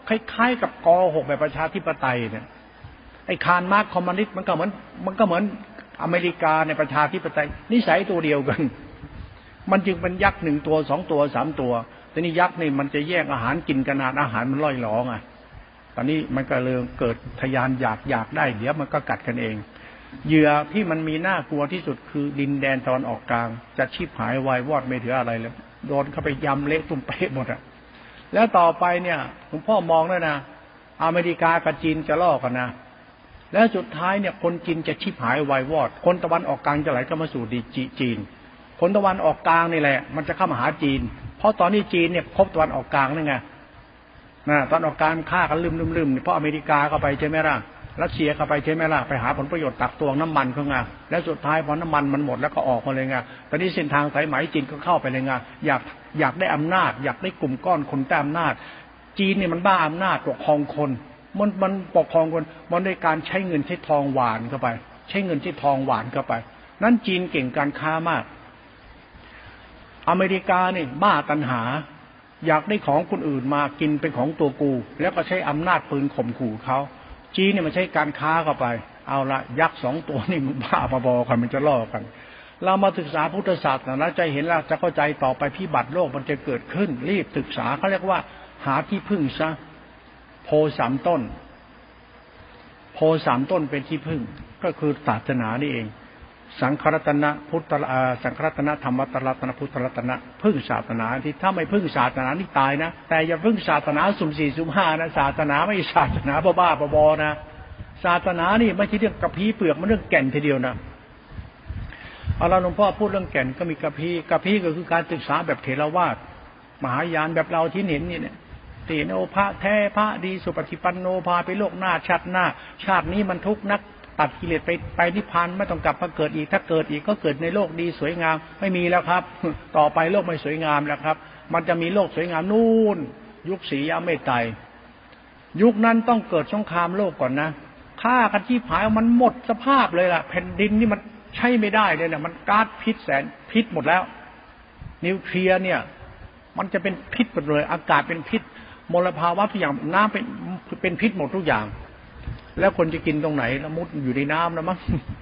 คล้ายๆกับก.6แบบประชาธิปไตยเนี่ยไอ้คาร์ลมาร์กซ์คอมมิวนิสต์มันก็เหมือนอเมริกาในประชาธิปไตยนิสัยตัวเดียวกันมันจึงเป็นยักษ์1ตัว2ตัว3ตัวแต่นี่ยักษ์นี่มันจะแยกอาหารกินกันอาหารมันล่อยหลอไงตอนนี้มันก็เลยเกิดทยานอยากได้เดี๋ยวมันก็กัดกันเองเหยื่อที่มันมีน่ากลัวที่สุดคือดินแดนตะวันออกกลางจะชีพหายวายวอดไม่เหลืออะไรแล้วโดนเข้าไปยำเละตุ้มเป๊ะหมดอะแล้วต่อไปเนี่ยหลวงพ่อมองแล้วนะอเมริกากับจีนจะล่อกันนะแล้วสุดท้ายเนี่ยคนจีนจะชีพหายวายวอดคนตะวันออกกลางจะไหลเข้ามาสู่จีนคนตะวันออกกลางนี่แหละมันจะเข้ามาหาจีนเพราะตอนนี้จีนเนี่ยครบตะวันออกกลางนั่นไงตอนออกกลางฆ่ากันลืมเพราะอเมริกาเข้าไปใช่ไหมล่ะรัสเซียเข้าไปใช่ไหมล่ะไปหาผลประโยชน์ตักตวงน้ำมันเขาไงแล้วสุดท้ายพอน้ำมันมันหมดแล้วก็ออกมาเลยไงตอนนี้เส้นทางสายไหมจีนก็เข้าไปเลยไงอยากได้อำนาจอยากได้กลุ่มก้อนคนแต่อำนาจจีนเนี่ยมันบ้าอำนาจปกครองคนมันปกครองคนมันในการใช้เงินใช้ทองหวานเข้าไปใช้เงินใช้ทองหวานเข้าไปนั้นจีนเก่งการค้ามากอเมริกาเนี่ยบ้าตัณหาอยากได้ของคนอื่นมากินเป็นของตัวกูแล้วก็ใช้อำนาจปืนข่มขู่เขาจีนเนี่ยมันใช้การค้าเข้าไปเอาละยักษ์2ตัวนี่มันบ้าบอกันมันจะล่อกันเรามาศึกษาพุทธศาสนาใจเห็นแล้วจะเข้าใจต่อไปพิบัติโลกมันจะเกิดขึ้นรีบศึกษาเขาเรียกว่าหาที่พึ่งซะโพ3ต้นโพ3ต้นเป็นที่พึ่งก็คือศาสนานี่เองสังฆรัตนะพุทธสังฆรัตนะธรรมรัตนะพุทธรัตนะพึ่งศาสนาที่ถ้าไม่พึ่งศาสนานี่ตายนะแต่อย่าพึ่งศาสนาสุ่ม4สุ่ม5นะศาสนาไม่ศาสนาบ้าๆบอๆนะศาสนานี่ไม่ใช่เรื่องกระพี้เปลือกมันเรื่องแก่นทีเดียวนะเอาละหลวงพ่อพูดเรื่องแก่นก็มีกระพี้ก็คือการศึกษาแบบเถรวาทมหายานแบบเราที่เห็นนี่เนี่ยตีโนพระแท้พระดีสุปฏิปันโนพาไปโลกหน้าชาตินี้มันทุกข์นักตัดกิเลสไปนิพพานไม่ต้องกลับมาเกิดอีกถ้าเกิดอีกก็เกิดในโลกดีสวยงามไม่มีแล้วครับต่อไปโลกไม่สวยงามแล้วครับมันจะมีโลกสวยงามนู่นยุคศรีอเมตไตรยุคนั้นต้องเกิดสงครามโลกก่อนนะฆ่ากันที่ผายมันหมดสภาพเลยล่ะแผ่นดินนี่มันใช้ไม่ได้เลยนะมันก๊าซพิษแสนพิษหมดแล้วนิวเคลียร์เนี่ยมันจะเป็นพิษหมดเลยอากาศเป็นพิษมลภาวะทุกอย่างน้ำเป็นพิษหมดทุกอย่างแล้วคนจะกินตรงไหนละมุดอยู่ในน้ำแล้วมั้ง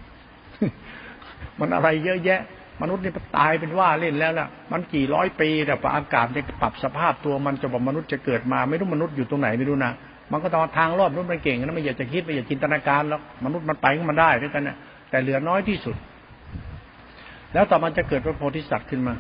มันอะไรเยอะแยะมนุษย์นี่ตายเป็นว่าเล่นแล้วล่ะมันกี่ร้อยปีแต่อากาศจะปรับสภาพตัวมันจะบอกมนุษย์จะเกิดมาไม่รู้มนุษย์อยู่ตรงไหนไม่รู้นะมันก็ต้องทางรอบมนุษย์มันเก่งนะไม่อยากจะคิดไม่อยากจินตนาการแล้วมนุษย์มันไปของมันได้ด้วยกันเนี่ยแต่เหลือน้อยที่สุดแล้วต่อมันจะเกิดพระโพธิสัตว์ขึ้นมา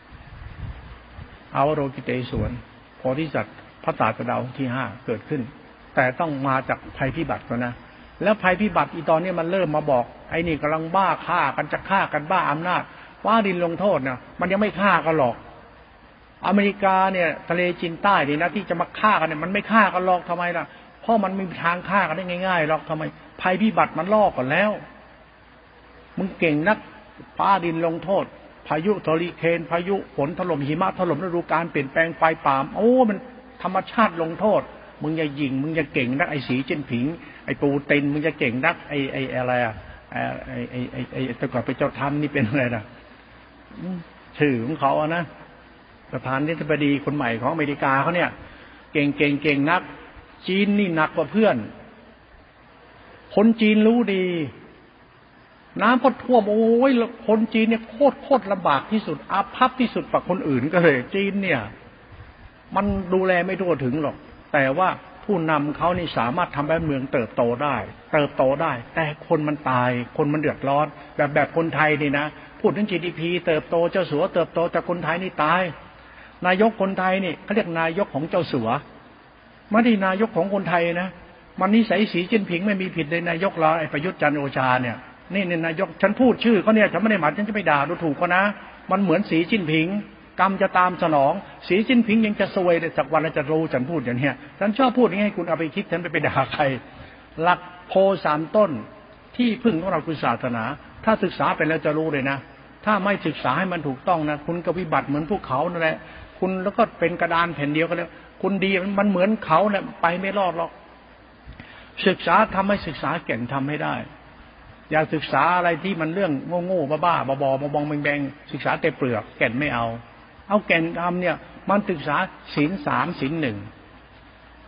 อวโรกิเตศวรโพธิสัตว์พระศาสดาองค์ที่5เกิดขึ้นแต่ต้องมาจากภัยพิบัติก่อนนะแล้วภัยพิบัติอีตอนนี้มันเริ่มมาบอกไอ้นี่กำลังบ้าฆ่ากันจะฆ่ากันบ้าอำนาจฟ้าดินลงโทษนะมันยังไม่ฆ่ากันหรอกอเมริกาเนี่ยทะเลจีนใต้นี่นะที่จะมาฆ่ากันเนี่ยมันไม่ฆ่ากันหรอกทำไมล่ะเพราะมันมีทางฆ่ากันได้ง่ายๆหรอกทำไมภัยพิบัติมันล่อก่อนแล้วมึงเก่งนักฟ้าดินลงโทษพายุเฮอริเคนพายุฝนถล่มหิมะถล่มฤดูกาลเปลี่ยนแปลงไฟป่าโอ้มันธรรมชาติลงโทษมึงอย่ายิงมึงอย่าเก่งนักไอ้สีเจิ้นผิงไอ้ปูเต็นมึงจะเก่งนักไอ้อะไรอ่ะไอ้แต่ก่อนไปเจ้าทำนี่เป็นอะไรนะชื่อของเขาอะนะประธานาธิบดีคนใหม่ของอเมริกาเขาเนี่ยเก่งนักจีนนี่หนักกว่าเพื่อนคนจีนรู้ดีน้ำก็ท่วมโอ้ยคนจีนเนี่ยโคตรลำบากที่สุดอาภัพที่สุดกว่าคนอื่นก็เลยจีนเนี่ยมันดูแลไม่ทั่วถึงหรอกแต่ว่าผู้นำเขานี่สามารถทำให้เมืองเติบโตได้แต่คนมันตายคนมันเดือดร้อนแบบคนไทยนี่นะพูดถึง GDP เติบโตเจ้าสัวเติบโตแต่คนไทยนี่ตายนายกคนไทยนี่เขาเรียกนายกของเจ้าสัวไม่ได้นายกของคนไทยนะมันนิสัยสีจิ้นผิงไม่มีผิดเลยนายกเราไอ้ประยุทธ์จันทร์โอชาเนี่ยนี่นายกฉันพูดชื่อเขาเนี่ยฉันไม่ได้หมายฉันจะไปด่าดูถูกเขานะมันเหมือนสีจิ้นผิงกรรมจะตามสนองสีจิ้นผิงยังจะซวยเลยสักวันจะรู้ฉันพูดอย่างเนี้ยฉันชอบพูดอย่างนี้ให้คุณเอาไปคิดฉันไปด่าใครหลักโพ3ต้นที่พึ่งของเราคือศาสนาถ้าศึกษาไปแล้วจะรู้เลยนะถ้าไม่ศึกษาให้มันถูกต้องนะคุณก็วิบัติเหมือนพวกเขานั่นแหละคุณแล้วก็เป็นกระดานแผ่นเดียวกันแล้วคุณดีมันเหมือนเขาเนี่ยไปไม่รอดหรอกศึกษาทำให้ศึกษาแก่นทำให้ได้อย่าศึกษาอะไรที่มันเรื่องโง่ๆบ้าๆบอๆมองแบงๆศึกษาแต่เปลือกแก่นไม่เอาแก่นทำเนี่ยมันศึกษาศีล3ศีล1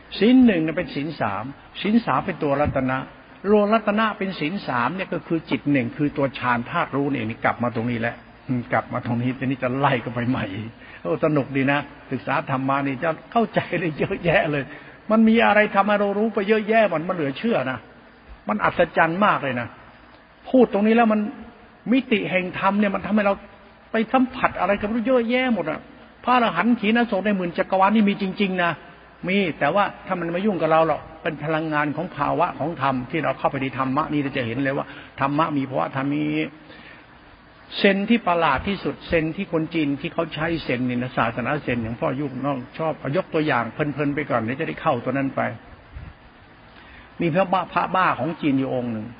ศีลหนึ่งเป็นศีลสามศีลสามเป็นตัวรัตนะโลรัตนะเป็นศีลสามเนี่ยก็คือจิตหนึ่งคือตัวฌานธาตุรู้เนี่ยนี่กลับมาตรงนี้แหละกลับมาตรงนี้ทีนี้จะไล่กันไปใหม่โอ้สนุกดีนะศึกษาธรรมานี่จะเข้าใจได้เยอะแยะเลยมันมีอะไรทำให้เรารู้ไปเยอะแยะมันเหลือเชื่อนะมันอัศจรรย์มากเลยนะพูดตรงนี้แล้วมันมิติแห่งธรรมเนี่ยมันทำให้เราไปสัมผัสอะไรกันเยอะแยะหมดอ่ะพระอรหันต์ขีณโสดในหมื่นจักรวาลนี่มีจริงๆนะมีแต่ว่าถ้ามันไม่ยุ่งกับเราหรอกเป็นพลังงานของภาวะของธรรมที่เราเข้าไปในธรรมะนี่เราจะเห็นเลยว่าธรรมะมีภาวะธรรมมีเซนที่ประหลาดที่สุดเซนที่คนจีนที่เขาใช้เซนเนี่ยศาสนาเซนอย่างพ่อยุคน้องชอบยกตัวอย่างเพลินๆไปก่อนเดี๋ยวจะได้เข้าตัวนั้นไปมีพระบ้าของจีนอยู่องค์หนึ่ง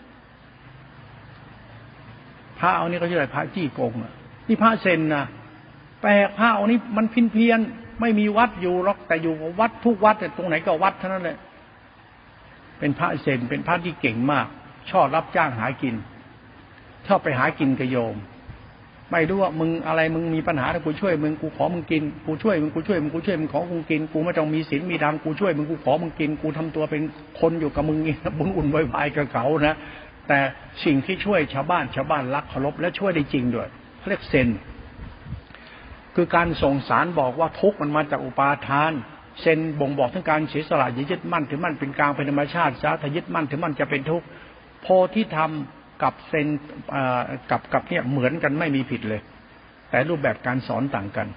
พระเอานี่เขาชื่ออะไรพระจี้กงอ่ะนี่พระเซนนะแปลกพระเอานี้มันพินเพียนไม่มีวัดอยู่หรอกแต่อยู่วัดทุกวัดแต่ตรงไหนก็วัดเท่านั้นแหละเป็นพระเซนเป็นพระที่เก่งมากชอบรับจ้างหากินชอบไปหากินกับโยมไม่รู้ว่ามึงอะไรมึงมีปัญหาถ้ากูช่วยมึงกูขอมึงกินกูช่วยมึงกูช่วยมึงกูช่วยมึงขอมึงกินกูไม่ต้องมีศีลมีธรรมกูช่วยมึงกูขอมึงกินกูทำตัวเป็นคนอยู่กับมึงนี่บุญอุ่นไวๆกับเขานะแต่สิ่งที่ช่วยชาวบ้านรักเคารพและช่วยได้จริงด้วยเขาเรียกเซนคือการส่งสารบอกว่าทุกข์มันมาจากอุปาทานเซนบ่งบอกถึงการเสียสละอย่ายึดมั่นถือมั่นเป็นกลางเป็นธรรมชาติซะถ้ายึดมั่นถือมั่นจะเป็นทุกข์โพธิธรรมกับเซนกับเนี่ยเหมือนกันไม่มีผิดเลยแต่รูปแบบการสอนต่างกัน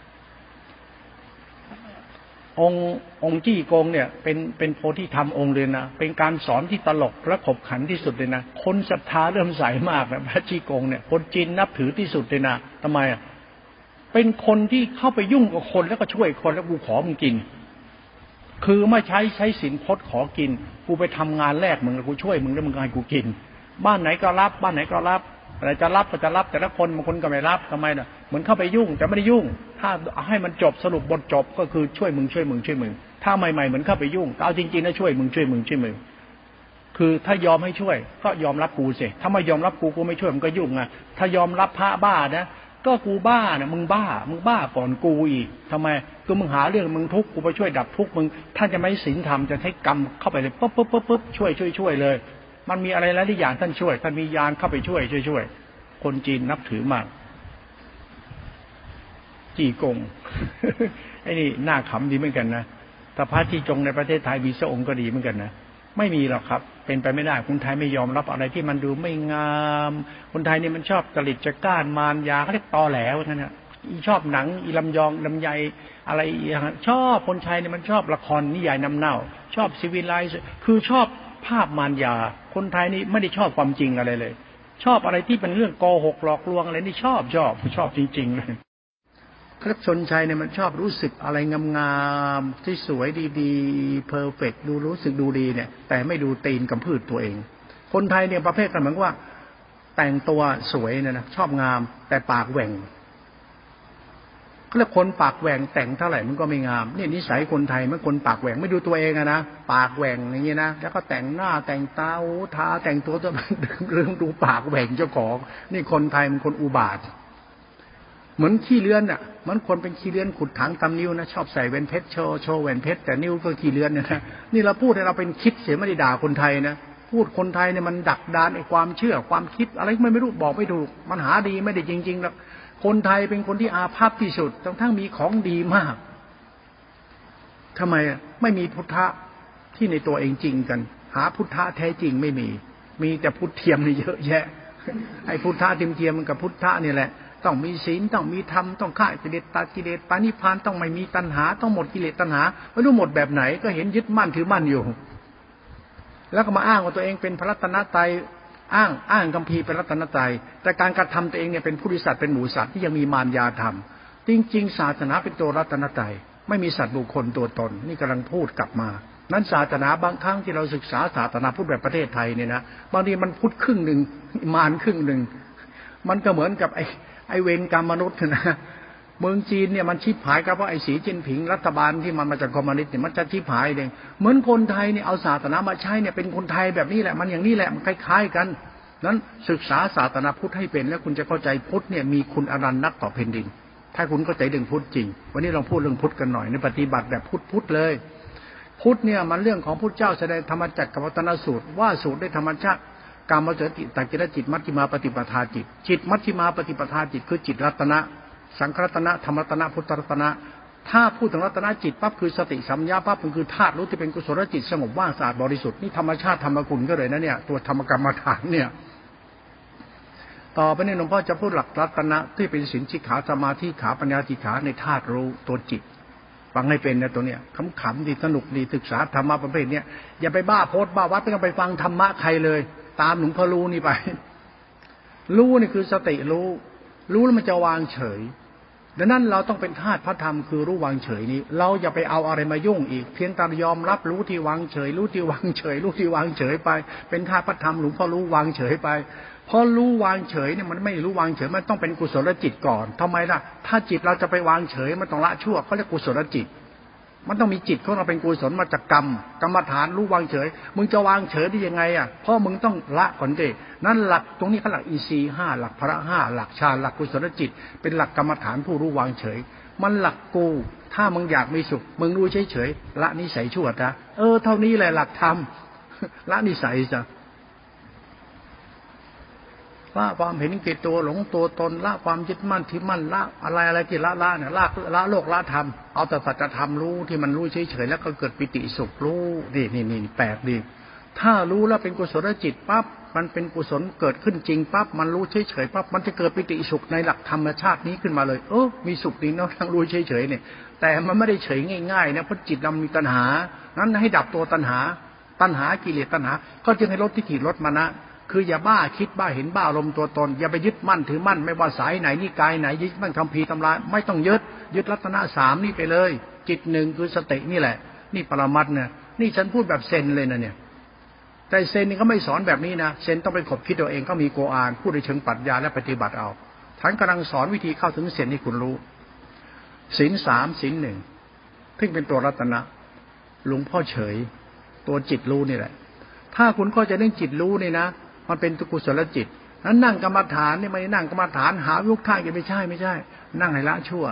องค์จี้กงเนี่ยเป็นโพธิธรรมองค์เลยนะเป็นการสอนที่ตลกและขบขันที่สุดเลยนะคนศรัทธาเริ่มใสมากนะพระจี้กงเนี่ยคนจีนนับถือที่สุดเลยนะทำไมอ่ะเป็นคนที่เข้าไปยุ่งกับคนแล้วก็ช่วยคนแล้วกูขอมึงกินคือไม่ใช้สินพจน์ขอกินกูไปทำงานแรกมึงแล้วกูช่วยมึงแล้วมึงให้กูกินบ้านไหนก็รับบ้านไหนก็รับอะไรจะรับก็จะรับแต่ละคนบางคนก็ไม่รับทำไมน่ะเหมือนเข้าไปยุ่งแต่ไม่ได้ยุ่งถ้าให้มันจบสรุปบทจบก็คือช่วยมึงถ้าใหม่ๆเหมือนเข้าไปยุ่งเอาจริงๆนะช่วยมึงคือถ้ายอมให้ช่วยก็ยอมรับกูสิถ้าไม่ยอมรับกูไม่ช่วยมันก็ยุ่งอ่ะถ้ายอมรับพระบ้านะก็กูบ้านะมึงบ้าก่อนกูอีกทำไมก็มึงหาเรื่องมึงทุกข์กูไปช่วยดับทุกข์มึงท่านจะไม่ศีลธรรมจะใช้กรรมเข้าไปเลยปุ๊บช่วยเลยมันมีอะไรหลายอย่างท่านช่วยท่านมียานเข้าไปช่วยคนจีนนับถือมากจี้กง ไอ้นี่น่าขำดีเหมือนกันนะแต่พระจี้จงในประเทศไทยมีสักองค์ก็ดีเหมือนกันนะไม่มีหรอกครับเป็นไปไม่ได้คนไทยไม่ยอมรับอะไรที่มันดูไม่งามคนไทยนี่มันชอบจริตจักร้านมารยาเขาเรียกตอแหลว่างั้นนะชอบหนังอีลำยองลำไยอะไรชอบคนไทยเนี่ยมันชอบละครนิยายน้ำเน่าชอบซีวิไลซ์คือชอบภาพมารยาคนไทยนี่ไม่ได้ชอบความจริงอะไรเลยชอบอะไรที่เป็นเรื่องโกหกหลอกลวงอะไรนี่ชอบจริงๆเลยครชนชัยเนี่ยมันชอบรู้สึกอะไรงามๆที่สวยดีๆเพอร์เฟกต์รู้สึกดูดีเนี่ยแต่ไม่ดูตีนกับพืชตัวเองคนไทยเนี่ยประเภทกันเหมือนว่าแต่งตัวสวยเนี่ยนะชอบงามแต่ปากแหว่งเขาเรียกคนปากแหว่งแต่งเท่าไหร่มันก็ไม่งามนี่นิสัยคนไทยเมื่อคนปากแหว่งไม่ดูตัวเองอะนะปากแหว่งอย่างนี้นะแล้วก็แต่งหน้าแต่งตาทาแต่งตัวจนเรื่องดูปากแหว่งเจ้าของนี่คนไทยมันคนอุบาทเหมือนขี้เลื่อนอ่ะเหมือนคนเป็นขี้เลื่อนขุดถังทำนิ้วนะชอบใส่แหวนเพชรโชว์แหวนเพชรแต่นิ้วก็ขี้เลื่อนเนี่ยนะนี่เราพูดให้เราเป็นคิดเสียไม่ได้ด่าคนไทยนะพูดคนไทยเนี่ยมันดักดานไอ้ความเชื่อความคิดอะไรไม่รู้บอกไม่ถูกมันหาดีไม่ได้จริงๆหรอกคนไทยเป็นคนที่อาภัพที่สุดทั้งมีของดีมากทำไมไม่มีพุทธะที่ในตัวเองจริงกันหาพุทธะแท้จริงไม่มีแต่พุทธเทียมนี่เยอะแยะไอ้พุทธะเทียมมันกับพุทธะนี่แหละต้องมีศีลต้องมีธรรมต้องฆ่ากิเลสตัดกิเลสปานิพพานต้องไม่มีตัณหาต้องหมดกิเลสตัณหาไม่รู้หมดแบบไหนก็เห็นยึดมั่นถือมั่นอยู่แล้วก็มาอ้างว่าตัวเองเป็นพระรัตนตรัยอ้างคัมภีร์เป็นรัตนตรัยแต่การกระทำตัวเองเนี่ยเป็นผู้ริสัตว์เป็นหมูสัตว์ที่ยังมีมารยาธรรมจริงๆศาสนาเป็นตัวรัตนตรัยไม่มีสัตว์บุคคลตัวตนนี่กำลังพูดกลับมานั้นศาสนาบางครั้งที่เราศึกษาศาสนาพุทธแบบประเทศไทยเนี่ยนะบางทีมันพุทธครึ่งนึงมารครึ่งนึงมันก็เหมือนกับไอเวรกรรมมนุษย์นะเมืองจีนเนี่ยมันชิบหายกับว่าไอสีจิ้นผิงรัฐบาลที่มันมาจากคอมมิวนิสต์เนี่ยมันจะชิบหายเองเหมือนคนไทยเนี่ยเอาศาสนามาใช้เนี่ยเป็นคนไทยแบบนี้แหละมันอย่างนี้แหละมันคล้ายๆกันนั้นศึกษาศาสนาพุทธให้เป็นแล้วคุณจะเข้าใจพุทธเนี่ยมีคุณอนันต์นักต่อแผ่นดินถ้าคุณเข้าใจเรื่องพุทธจริงวันนี้เราพูดเรื่องพุทธกันหน่อยในปฏิบัติแบบพุทธเลยพุทธเนี่ยมันเรื่องของพุทธเจ้าแสดงธรรมจักรกับวัตนสูตรว่าสูตรได้ธรรมชาติกามจติตักกิรจิตมัชฌิมาปฏิปทาจิตจิตมัชฌิมาปฏิปทาจิตคือจิตรัตนะสังขรัตนะธรรมรัตนะพุทธรัตนะถ้าพูดถึงรัตนะจิตปั๊บคือสติสัมยาปั๊บมันคือธาตุรู้ที่เป็นกุศลจิตสงบว่างสะอาดบริสุทธิ์นี่ธรรมชาติธรรมคุณก็เลยนะเนี่ยตัวธรรมกรรมฐานเนี่ยต่อไปนี้หลวงพ่อจะพูดหลักรัตนะที่เป็นศีลสิกขาสมาธิขาปัญญาสิกขาในธาตุรู้ตัวจิตฟังให้เป็นนะตัวเนี้ยขำๆดีสนุกดีศึกษาธรรมะประเภทเนี้ยอย่าไปบ้าโพสบ้าวัดไม่ต้องไปฟังธรรมะใครเลยตามหลวงพ่อรู้นี่ไปรู้นี่คือสติรู้แล้วมันจะวางเฉยดังนั้นเราต้องเป็นธาตุพระธรรมคือรู้วางเฉยนี้เราอย่าไปเอาอะไรมายุ่งอีกเพียงแต่ยอมรับรู้ที่วางเฉยรู้ที่วางเฉยรู้ที่วางเฉยไปเป็นธาตุพระธรรมหลวงพ่อรู้วางเฉยไปพอรู้วางเฉยเนี่ยมันไม่รู้วางเฉยมันต้องเป็นกุศลจิตก่อนทำไมล่ะถ้าจิตเราจะไปวางเฉยมันต้องละชั่วเขาเรียกกุศลจิตมันต้องมีจิตของเราเป็นกุศลมาจากกรรมฐานรู้วางเฉยมึงจะวางเฉยได้ยังไงอ่ะเพราะมึงต้องละก่อนดินั่นหลักตรงนี้เขาหลักอีซีห้าหลักพระห้าหลักฌานหลักกุศลจิตเป็นหลักกรรมฐานผู้รู้วางเฉยมันหลักกูถ้ามึงอยากมีสุขมึงรู้เฉยๆละนิสัยชั่วนะเท่านี้แหละหลักธรรมละนิสัยซะละความเห็นแก่ตัวหลงตัวตนละความยึดมั่นถือมั่นละอะไรที่ละเนี่ยละโลกละธรรมเอาแต่สัจธรรมรู้ที่มันรู้เฉยๆแล้วก็เกิดปิติสุขรู้นี่แปลกดีถ้ารู้แล้วเป็นกุศลจิตปั๊บมันเป็นกุศลเกิดขึ้นจริงปั๊บมันรู้เฉยๆปั๊บมันจะเกิดปิติสุขในหลักธรรมชาตินี้ขึ้นมาเลยมีสุขดีเนาะทั้งรู้เฉยๆเนี่ยแต่มันไม่ได้เฉยง่ายๆนะเพราะจิตเรามีตัณหานั้นให้ดับตัวตัณหากิเลสตัณหาก็จึงให้ลดทิฏฐิลดมานะคืออย่าบ้าคิดบ้าเห็นบ้าอารมณ์ตัวตนอย่าไปยึดมั่นถือมั่นไม่ว่าสายไหนนิกายไหนยึดมั่นคัมภีร์ตำราไม่ต้องยึดรัตนะสามนี่ไปเลยจิตหนึ่งคือสตินี่แหละนี่ปรมัตถ์เนี่ยนี่ฉันพูดแบบเซนเลยนะเนี่ยแต่เซนนี่ก็ไม่สอนแบบนี้นะเซนต้องไปขบคิดตัวเองก็มีโกอานพูดในเชิงปรัชญาและปฏิบัติเอาท่านกำลังสอนวิธีเข้าถึงเซนให้คุณรู้ศีลสามศีลหนึ่งซึ่งเป็นตัวรัตนะหลวงพ่อเฉยตัวจิตรู้นี่แหละถ้าคุณก็จะเรื่องจิตรู้นี่นะมันเป็นกุศลจิตนั้นนั่งกรรมฐานนี่ไม่นั่งกรรมฐานหายุคท่าจะไม่ใช่นั่งให้ละชั่ว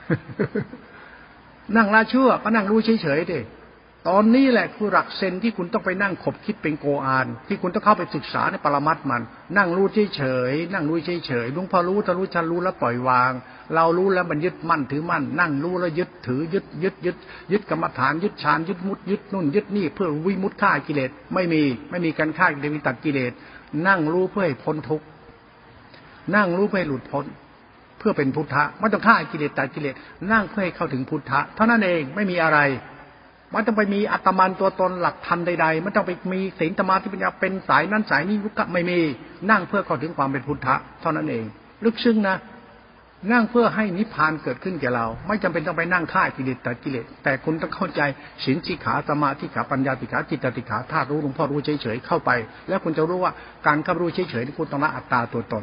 นั่งละชั่วก็นั่งรู้เฉยๆดิตอนนี้แหละคือหลักเซนที่คุณต้องไปนั่งขบคิดเป็นโกอานที่คุณต้องเข้าไปศึกษาในปรมัตถ์มันนั่งรู้เฉยๆนั่งรู้เฉยๆหลวงพ่อรู้ถ้ารู้ฉันรู้แล้วปล่อยวางเรารู้แล้วมันยึดมั่นถือมั่นนั่งรู้แล้วยึดถือยึดกรรมฐานยึดฌานยึดมุตยึดนู่นยึดนี่เพื่อวิมุตติฆ่ากิเลสไม่มีการฆ่ากิเลสตัดกิเลสนั่งรู้เพื่อให้พ้นทุกข์นั่งรู้เพื่อให้หลุดพ้นเพื่อเป็นพุทธะไม่ต้องฆ่ากิเลสตัดกิเลสนั่งเพื่อให้เข้าถึงพุทธะเท่านั้นเองไม่มีอะไรไม่ต้องไปมีอัตมันตัวตนหลักธรรมใดๆไม่ต้องไปมีศีลสมาธิปัญญาเป็นสายนั้นสายนี้ยุคไม่มีนั่งเพื่อเข้าถึงความเป็นพุทธะเท่านั้นเองลึกซึ้งนะนั่งเพื่อให้นิพพานเกิดขึ้นแก่เราไม่จำเป็นต้องไปนั่งฆ่ากิเลสตัดกิเลสแต่คุณต้องเข้าใจศีลสิกขาสมาธิขาปัญญาสิกขาจิตติขาธาตุรู้หลวงพ่อรู้เฉยๆเข้าไปแล้วคุณจะรู้ว่าการเข้ารู้เฉยๆนี่คุณต้องละอัตตาตัวตน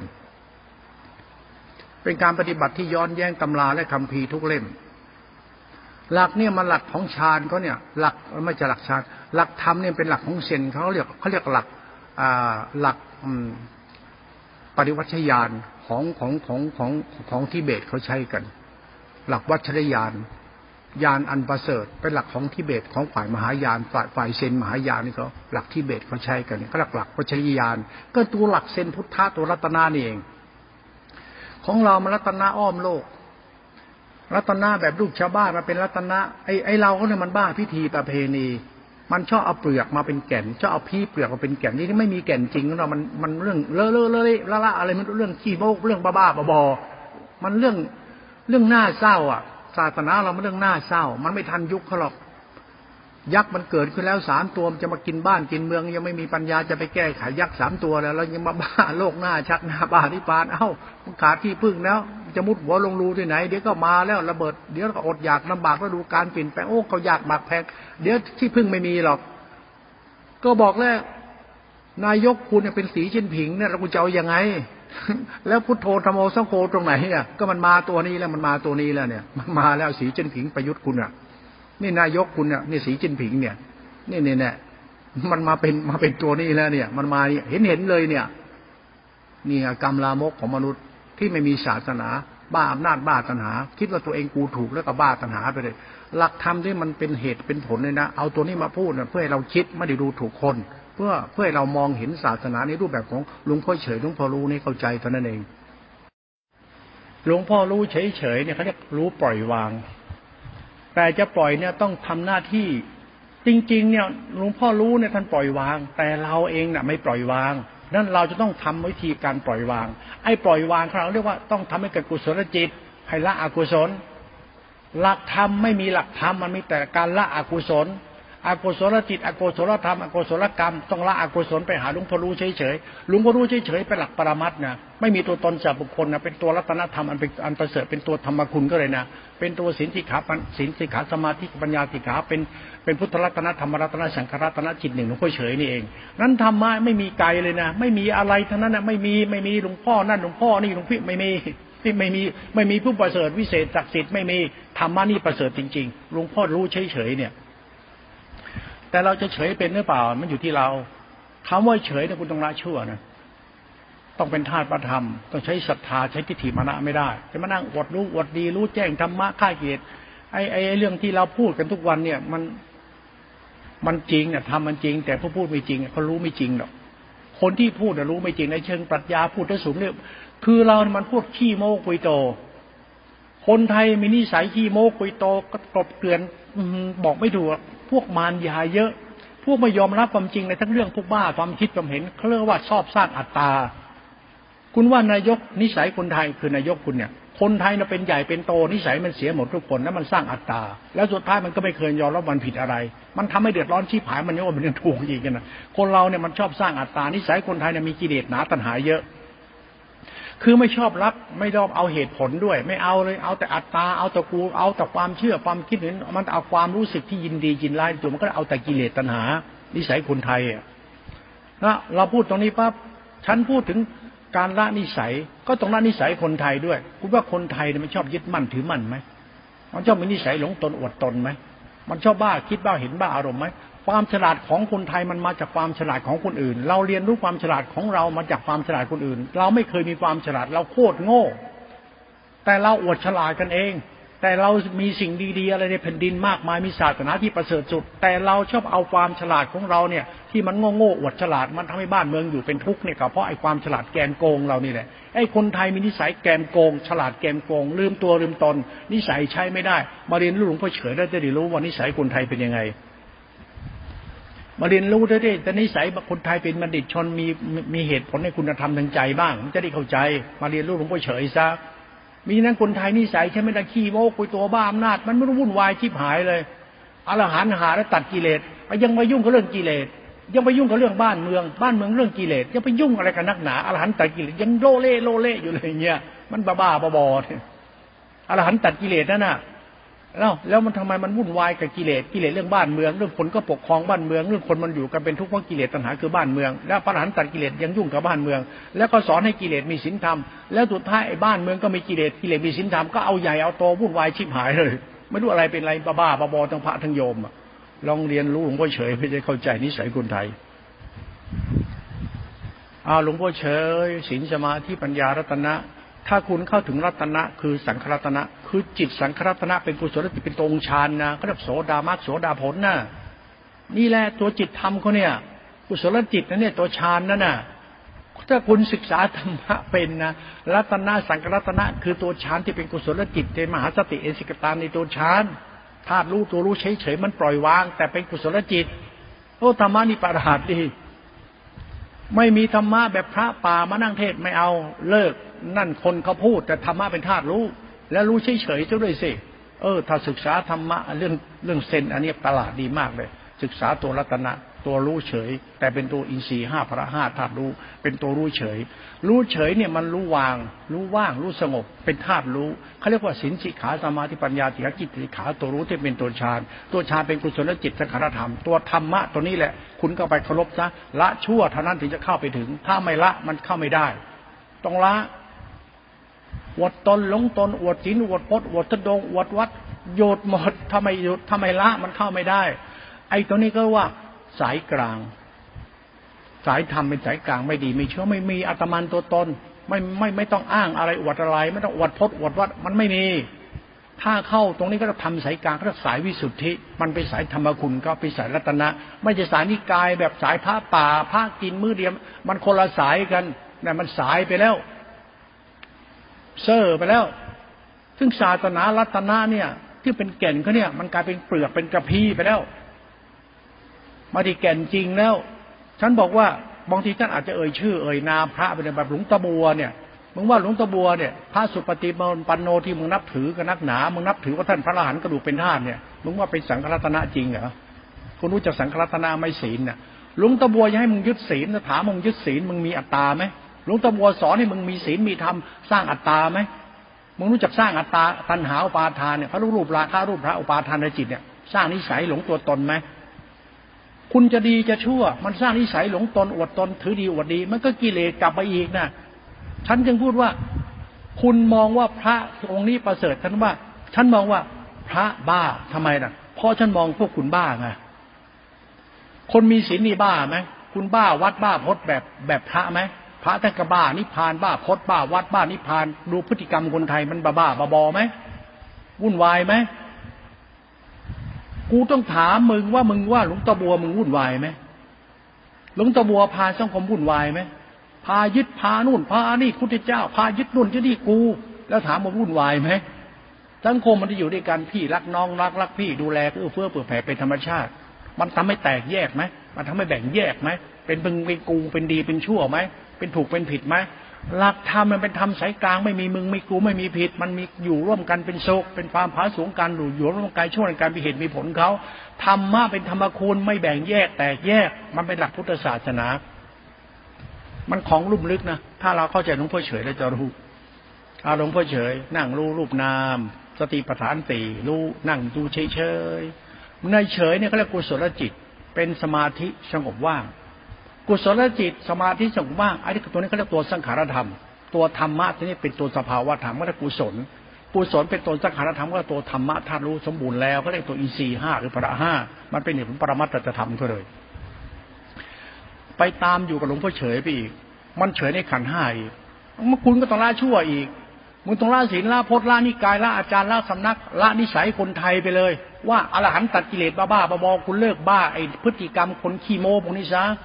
เป็นการปฏิบัติที่ย้อนแย้งตำราและคัมภีร์ทุกเล่มหลักเนี่ยมันหลักของฌานเขาเนี่ยหลักไม่ใช่หลักฌานหลักธรรมเนี่ยเป็นหลักของเซนเขาเรียกหลักปริวัชญาณของทิเบตเขาใช้กันหลักวัชรยานญาณอันประเสริฐเป็นหลักของทิเบตของฝ่ายมหายานฝ่ายเซนมหายานนี่เขาหลักทิเบตเขาใช้กันเขาหลักวัชรยานก็ตัวหลักเซนพุทธะตัวรัตนานี่เองของเรามันรัตนาอ้อมโลกรัตนาแบบลูกชาวบ้านมาเป็นรัตนะไอเราเนี่ยมันบ้าพิธีประเพณีมันชอบเอาเปลือกมาเป็นแก่นชอบเอาพี่เปลือกมาเป็นแก่นนี่ไม่มีแก่นจริงเรามันเรื่องเลอะละอะไรมันเรื่องขี้โม้เรื่องบ้าๆบอๆมันเรื่องน่าเศร้าอ่ะศาสนาเรามันเรื่องน่าเศร้ามันไม่ทันยุคเขาหรอกยักษ์มันเกิดขึ้นแล้ว3 ตัวมันจะมากินบ้านกินเมืองยังไม่มีปัญญาจะไปแก้ไขยักษ์3 ตัวแล้วยังมาบ้าโลกหน้าชักหน้าบ้านิพพานมันขาดที่พึ่งแล้วจะมุดหัวลงรูที่ไหนเดี๋ยวก็มาแล้วระเบิดเดี๋ยวก็อดอยากลำบากแล้วดูการเปลี่ยนแปลงเขาอยากหมากแพงเดี๋ยวที่พึ่งไม่มีหรอกก็บอกแล้วนายกคุณเป็นสีจิ้นผิงเนี่ยแล้วคุณจะเอายังไงแล้วพุทโธธรรมโอสังโฆตรงไหนอ่ะก็มันมาตัวนี้แล้วมันมาตัวนี้แล้วเนี่ยมันมาแล้วสีจิ้นผิงประยุทธ์คุณอ่ะนี่นายกคุณเนี่ยนี่สีจิ้นผิงเนี่ยนี่มันมาเป็นตัวนี้แล้วเนี่ยมันมาเห็นเลยเนี่ยนี่กรรมลามกของมนุษย์ที่ไม่มีศาสนาบ้าอำนาจบ้าตัณหาคิดว่าตัวเองกูถูกแล้วก็บ้าตัณหาไปเลยหลักธรรมที่มันเป็นเหตุเป็นผลเลยนะเอาตัวนี้มาพูดนะเพื่อให้เราคิดไม่ได้ดูถูกคนเพื่อให้เรามองเห็นศาสนาในรูปแบบของหลวงพ่อเฉยหลวงพ่อรู้นี่เข้าใจเท่านั้นเองหลวงพ่อรู้เฉยๆเนี่ยเขาเรียกรู้ปล่อยวางแต่จะปล่อยเนี่ยต้องทำหน้าที่จริงๆเนี่ยหลวงพ่อรู้เนี่ยท่านปล่อยวางแต่เราเองน่ะไม่ปล่อยวางนั้นเราจะต้องทำวิธีการปล่อยวางไอ้ปล่อยวางเราเรียกว่าต้องทำให้เกิดกุศลจิตให้ละอกุศลหลักธรรมไม่มีหลักธรรมมันมีแต่การละอกุศลอกุศลจิตอกุศลธรรมอกุศลกรรมต้องละอกุศลไปหาหลวงพ่อรู้เฉยๆหลวงพ่อรู้เฉยๆเป็นหลักปรมัตถ์นะไม่มีตัวตนจากบุคคลนะเป็นตัวรัตนธรรมอันประเสริฐเป็นตัวธรรมคุณก็เลยนะเป็นตัวศีลสิกขาสมาธิปัญญาสิกขาเป็นพุทธรัตนธรรมรัตนสังฆรัตนจิตหนึ่งหลวงพ่อเฉยนี่เองนั้นธรรมะไม่มีไกลเลยนะไม่มีอะไรทั้งนั้นนะไม่มีหลวงพ่อนั่นหลวงพ่อนี่หลวงพี่ไม่มีผู้ประเสริฐวิเศษศักดิ์สิทธิ์ไม่มีธรรมะนี่ประเสริฐจริงๆหลวงพ่อรู้เฉยๆเนี่ยแต่เราจะเฉยเป็นหรือเปล่ามันอยู่ที่เราคำว่าเฉยเนี่ยคุณต้องละชั่วนะต้องเป็นธาตุประธรรมต้องใช้ศรัทธาใช้ทิฏฐิมานะไม่ได้จะมานั่งอวดรู้อวดดีรู้แจ้งธรรมะฆ่ากิเลสไอ้เรื่องที่เราพูดกันทุกวันเนี่ยมันจริงเนี่ยทำมันจริงแต่ผู้พูดไม่จริงเขารู้ไม่จริงหรอกคนที่พูดรู้ไม่จริงในเชิงปรัชญาพูดได้สูงเนี่ยคือเรามันพูดขี้โม้คุยโตคนไทยมีนิสัยขี้โม้คุยโตก็กลบเกลื่อนบอกไม่ถูกพวกมารยาเยอะพวกไม่ยอมรับความจริงในทั้งเรื่องพวกบ้าความคิดความเห็นเขาเรียกว่าชอบสร้างอัตตาคุณว่านายกนิสัยคนไทยคือนายกคุณเนี่ยคนไทยน่ะเป็นใหญ่เป็นโตนิสัยมันเสียหมดทุกคนแล้วมันสร้างอัตตาแล้วสุดท้ายมันก็ไม่เคยยอมรับมันผิดอะไรมันทำให้เดือดร้อนชีพหายมันเนี่ยว่ามันยังถูกอีกนะคนเราเนี่ยมันชอบสร้างอัตตานิสัยคนไทยเนี่ยมีกิเลสหนาตัณหาเยอะคือไม่ชอบรับไม่ชอบเอาเหตุผลด้วยไม่เอาเลยเอาแต่อัตตาเอาแต่กูเอาแต่ความเชื่อความคิดเห็นมันเอาความรู้สึกที่ยินดียินร้ายตัวมันก็เอาแต่กิเลสตัณหานิสัยคนไทยอ่ะนะเราพูดตรงนี้ปั๊บฉันพูดถึงการละนิสัยก็ต้องละนิสัยคนไทยด้วยคุณว่าคนไทยเนี่ยมันชอบยึดมั่นถือมั่นไหมมันชอบมีนิสัยหลงตนอวดตนไหมมันชอบบ้าคิดบ้าเห็นบ้าอารมณ์ไหมความฉลาดของคนไทยมันมาจากความฉลาดของคนอื่นเราเรียนรู้ความฉลาดของเรามาจากความฉลาดคนอื่นเราไม่เคยมีความฉลาดเราโคตรโง่แต่เราอวดฉลาดกันเองแต่เรามีสิ่งดีๆอะไรในแผ่นดินมากมายมีศาสนาที่ประเสริฐสุดแต่เราชอบเอาความฉลาดของเราเนี่ยที่มันโง่ๆอวดฉลาดมันทำให้บ้านเมืองอยู่เป็นทุกข์เนี่ยก็เพราะไอ้ความฉลาดแกมโกงเรานี่แหละไอ้คนไทยมีนิสัยแกมโกงฉลาดแกมโกงลืมตัวลืมตนนิสัยใช้ไม่ได้มาเรียนรู้หลวงพ่อเฉยได้จะได้รู้ว่านิสัยคนไทยเป็นยังไงมาเรียนรู้ได้แต่นิสัยคนไทยเป็นบัณฑิตชนมีเหตุผลในคุณธรรมทางใจบ้างจะได้เข้าใจมาเรียนรู้หลวงพ่อเฉยซะมีนั้นคนไทยนิสัยใช่ไหมตะขี้โม้คุยตัวบ้าอำนาจมันไม่รู้วุ่นวายชิบหายเลยอรหันต์หาแล้วตัดกิเลสยังไปยุ่งกับเรื่องกิเลสยังไปยุ่งกับเรื่องบ้านเมืองเรื่องกิเลสยังไปยุ่งอะไรกันนักหนาอรหันต์ตัดกิเลสยังโลเล่อยู่เลยเงี้ยมันบ้าบอเนี่ยอรหันต์ตัดกิเลสนั่นน่ะแล้วมันทำไมมันวุ่นวายกับกิเลสเรื่องบ้านเมืองเรื่องคนก็ปกครองบ้านเมืองเรื่องคนมันอยู่กันเป็นทุกข์เพราะกิเลสตัณหาคือบ้านเมืองแล้วพระอรหันต์ตัดกิเลสยังยุ่งกับบ้านเมืองแล้วก็สอนให้กิเลสมีศีลธรรมแล้วสุดท้ายไอ้บ้านเมืองก็มีกิเลสมีศีลธรรมก็เอาใหญ่เอาโตวุ่นวายชิบหายเลยไม่รู้อะไรเป็นอะไรบ้าบอทั้งพระทั้งโยมลองเรียนรู้หลวงพ่อเฉยเพื่อจะเข้าใจนิสัยคนไทยหลวงพ่อเฉยศีลสมาธิปัญญารัตนะถ้าคุณเข้าถึงรัตนะคือสังขรัตนะคือจิตสังขรัตนะเป็นกุศลจิตเป็นองค์ฌานนะก็เรียกโสดามรรคโสดาผลน่ะนี่แหละตัวจิตธรรมเขาเนี่ยกุศลจิตนั่นเนี่ยตัวฌานนั่นน่ะถ้าคุณศึกษาธรรมะเป็นนะรัตนะสังขรัตนะคือตัวฌานที่เป็นกุศลจิตเป็นมหาสติเอสิกตาในตัวฌานธาตุรู้ตัวรู้เฉยๆมันปล่อยวางแต่เป็นกุศลจิตโอ้ธรรมะนี่ประหลาดดีไม่มีธรรมะแบบพระป่ามานั่งเทศไม่เอาเลิกนั่นคนเขาพูดแต่ธรรมะเป็นธาตุรู้แล้วรู้เฉยๆเจ้าด้วยสิถ้าศึกษาธรรมะเรื่องเซนอันนี้ประหลาดดีมากเลยศึกษาตัวรัตนะตัวรู้เฉยแต่เป็นตัวอินทรีย์5พละ5ธาตุรู้เป็นตัวรู้เฉยเนี่ยมันรู้วางรู้ว่างรู้สงบเป็นธาตุรู้เขาเรียกว่าศีลสิกขาสมาธิปัญญาสิกขาจิตสิกขาตัวรู้ที่เป็นตัวฌานเป็นกุศลจิตสังขารธรรมตัวธรรมะตัวนี้แหละคุณก็ไปเคารพซะละชั่วเท่านั้นถึงจะเข้าไปถึงถ้าไม่ละมันเข้าไม่ได้ต้องละอวดตนหลงตนอวดศีลอวดพจน์อวดทดงอวดวัดโยดหมดทำไมละมันเข้าไม่ได้ไอ้ตัวนี้ก็ว่าสายกลางสายธรรมเป็นสายกลางไม่ดีไม่เชื่อไม่มีอาตมันตัวตนไม่ต้องอ้างอะไรอวดอะไรไม่ต้องอวดพจน์อวดวัดมันไม่มีถ้าเข้าตรงนี้ก็จะทำสายกลางก็จะสายวิสุทธิมันเป็นสายธรรมคุณก็เป็นสายรัตนะไม่ใช่สายนิกายแบบสายพระป่าพระกินมื้อเดียวมันคนละสายกันเนี่ยมันสายไปแล้วเซ่อไปแล้วซึ่งศาสนารัตนะเนี่ยที่เป็นแก่นเขาเนี่ยมันกลายเป็นเปลือกเป็นกระพี้ไปแล้วมาที่แก่นจริงแล้วฉันบอกว่าบางทีท่านอาจจะชื่อนามพระเป็นแบบหลวงตาบัวเนี่ยมึงว่าหลวงตาบัวเนี่ยพระสุปฏิปันโนที่มึงนับถือกันนักหนามึงนับถือว่าท่านพระอรหันต์กระดูกเป็นธาตุเนี่ยมึงว่าเป็นสังฆรัตนะจริงเหรอคุณรู้จักสังฆรัตนะไม่ศีลเนี่ยหลวงตาบัวยังให้มึงยึดศีลถามมึงยึดศีลมึงมีอัตตาไหมหลวงตาบัวสอนให้มึงมีศีลมีธรรมสร้างอัตตาไหมมึงรู้จักสร้างอัตตาตัณหาอุปาทานเนี่ยพระรูปราคะรูปพระอุปาทานในจิตเนี่ยสร้างนิสัยหลงตัวตนไหมคุณจะดีจะชั่วมันสร้างนิสัยหลงตนอวดตนถือดีอวดดีมันก็กิเลสกลับไปอีกนะฉันจึงพูดว่าคุณมองว่าพระองค์นี้ประเสริฐฉันว่าฉันมองว่าพระบ้าทำไมล่ะเพราะฉันมองพวกคุณบ้าไงคนมีศีลนี่บ้าไหมคุณบ้าวัดบ้าพจน์แบบพระไหมพระท่านก็บ้านิพพานบ้าพจน์บ้าวัดบ้านิพพานดูพฤติกรรมคนไทยมันบ้าบอไหมวุ่นวายไหมกูต้องถามมึงว่าหลวงตาบัวมึงวุ่นวายไหมหลวงตาบัวพาสังคมวุ่นวายไหมพายึดพานู่นพานี่พุทธเจ้าพายึดนู่นยึดนี่กูแล้วถามว่าวุ่นวายไหมสังคมมันจะอยู่ด้วยกันพี่รักน้องรักพี่ดูแลเอื้อเฟื้อเผื่อแผ่เป็นธรรมชาติมันทำให้แตกแยกไหมมันทำให้แบ่งแยกไหมเป็นมึงเป็นกูเป็นดีเป็นชั่วไหมเป็นถูกเป็นผิดไหมหลักธรรมมันเป็นธรรมสายกลางไม่มีมึงไม่กูไม่มีผิดมันมีอยู่ร่วมกันเป็นโศกเป็นความผาสุกกันอยู่ร่วมกันช่วยกันมีเหตุมีผลเขาธรรมะเป็นธรรมคุณไม่แบ่งแยกแตกแยกมันเป็นหลักพุทธศาสนามันของลุ่มลึกนะถ้าเราเข้าใจหลวงพ่อเฉยแล้วจะรู้หลวงพ่อเฉยนั่งรู้รูปนามสติปัฏฐานสี่รู้นั่งดูเฉยในเฉยเนี่ยเขาเรียกกุศลจิตเป็นสมาธิสงบว่างกุศลจิตสมาธิสงบว่างไอ้ตัวนี้เขาเรียกตัวสังขารธรรมตัวธรรมะตัวนี้เป็นตัวสภาวะธรรมก็เรียกกุศลเป็นตัวสังขารธรรมก็ตัวธรรมะธาตุรู้สมบูรณ์แล้วเขาเรียกตัวอินทรีย์ห้าหรือพละห้ามันเป็นเหตุผลปรมัตถธรรมก็เลยไปตามอยู่กับหลวงพ่อเฉยไปอีกมันเฉยในขันธ์ห้าอีกมันคุณก็ต้องละชั่วอีกมึงต้องละศีลละพจน์ละนิกายละอาจารย์ละสำนักละนิสัยคนไทยไปเลยว่าอรหันต์ตัดกิเลสบ้าๆบอๆคุณเลิกบ้าไอ้พฤติกรรมคนขี้โม้พวกนี้ซะ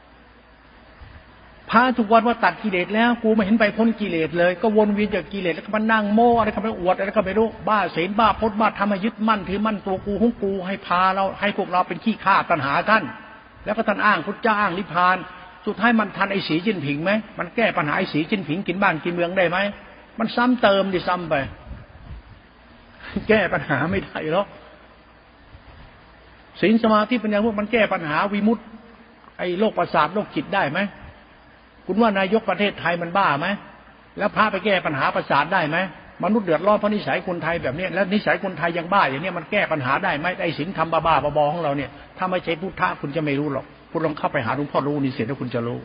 พระทุกวันว่าตัดกิเลสแล้วกูไม่เห็นไปพ้นกิเลสเลยก็วนเวียนจากกิเลสแล้วก็มานั่งโม้อะไรก็ไปอวดอะไรก็ไม่รู้บ้าศีลบ้าพจน์บ้าทำให้ยึดมั่นถือมั่นตัวกูของกูให้พาเราให้พวกเราเป็นขี้ข้าตัณหาท่านแล้วก็ท่านอ้างพุทธเจ้าอ้างนิพพานสุดท้ายมันทันไอ้สีจิ้นผิงไหมมันแก้ปัญหาไอ้สีจิ้นผิงกินบ้านกินเมืองได้ไหมมันซ้ำเติมดิซ้ำไปแก้ปัญหาไม่ได้หรอกศีลสมาธิปัญญาพวกมันแก้ปัญหาวิมุตติไอ้โรคประสาทโรคจิตได้ไหมคุณว่านายกประเทศไทยมันบ้าไหมแล้วพระไปแก้ปัญหาประสาทได้ไหมมนุษย์เดือดร้อนเพราะนิสัยคนไทยแบบนี้แล้วนิสัยคนไทยยังบ้าอย่างนี้มันแก้ปัญหาได้ไหมไอ้ศีลธรรมบ้าๆบอๆของเราเนี่ยถ้าไม่ใช่พุทธะคุณจะไม่รู้หรอกคุณลองเข้าไปหาหลวงพ่อรู้นี่เสร็จแล้วคุณจะรู้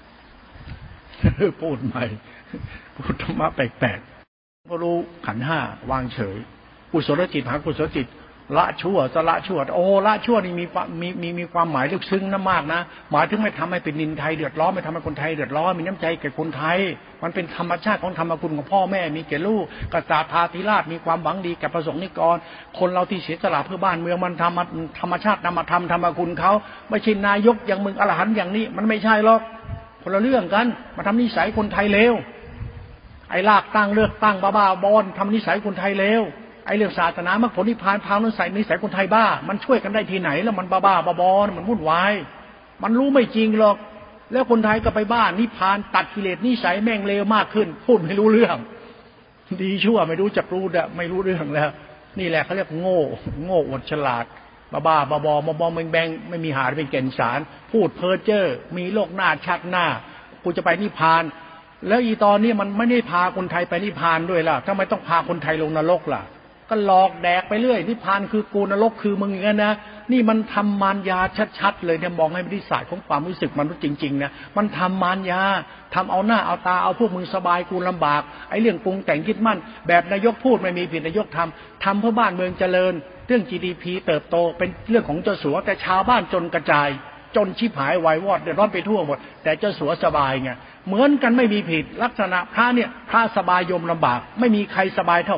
พูดใหม่พูดธรรมะแปลกๆก็รู้ขันธ์ห้าวางเฉยกุศลจิตหากุศลจิตละชั่วละชั่วโอ้ละชั่วนี่มีความหมายลึกซึ้งนะมากนะหมายถึงไม่ทำให้เป็นนินไทยเดือดร้อนไม่ทำให้คนไทยเดือดร้อนมีน้ำใจแก่คนไทยมันเป็นธรรมชาติของธรรมคุณของพ่อแม่มีแก่ลูกกษัตริย์ทาธิราชมีความหวังดีแก่ประสงค์นิกรคนเราที่เสียสละเพื่อบ้านเมืองมันธรรมชาตินามธรรมธรรมคุณเขาไม่ใช่นายกอย่างมึงอรหันต์อย่างนี้มันไม่ใช่หรอกคนละเรื่องกันมาทำนิสัยคนไทยเลวไอ้ลากตั้งเลือกตั้งบ้าๆบอลทำนิสัยคนไทยเลวไอ้เรื่องศาสนามรรคผลนิพพานพานิสัยคนไทยบ้ามันช่วยกันได้ที่ไหนแล้วมันบ้าๆบอๆมันวุ่นวายมันรู้ไม่จริงหรอกแล้วคนไทยก็ไปบ้านิพพานตัดกิเลสนิสัยแม่งเลวมากขึ้นพูดไม่รู้เรื่องดีชั่วไม่รู้จักรู้ไม่รู้เรื่องแล้วนี่แหละเขาเรียกโง่อวดฉลาดบ้าๆบอๆมองแบงไม่มีหาเป็นแก่นสารพูดเพ้อเจ้อมีโลกหน้าชาติหน้ากูจะไปนิพพานแล้วอีตอนนี้มันไม่ได้พาคนไทยไปนิพพานด้วยล่ะทำไมต้องพาคนไทยลงนรกล่ะก็หลอกแดกไปเรื่อยนิพพานคือกูนรกคือมึงอย่างนั้นนะนี่มันทำมารยาชัดๆเลยเนี่ยมองให้วิทยาศาสตร์ของความรู้สึกมนุษย์จริงๆนะมันทำมารยาทำเอาหน้าเอาตาเอาพวกมึงสบายกูลำบากไอ้เรื่องปรุงแต่งคิดมั่นแบบนายกพูดไม่มีผิดนายกทำเพื่อบ้านเมืองเจริญเรื่อง GDP เติบโตเป็นเรื่องของเจ้าสัวแต่ชาวบ้านจนกระจายจนชิบหายวายวอดเดือดร้อนไปทั่วหมดแต่เจ้าสัวสบายไงเหมือนกันไม่มีผิดลักษณะพระเนี่ยพระสบายโยมลำบากไม่มีใครสบายเท่าพระ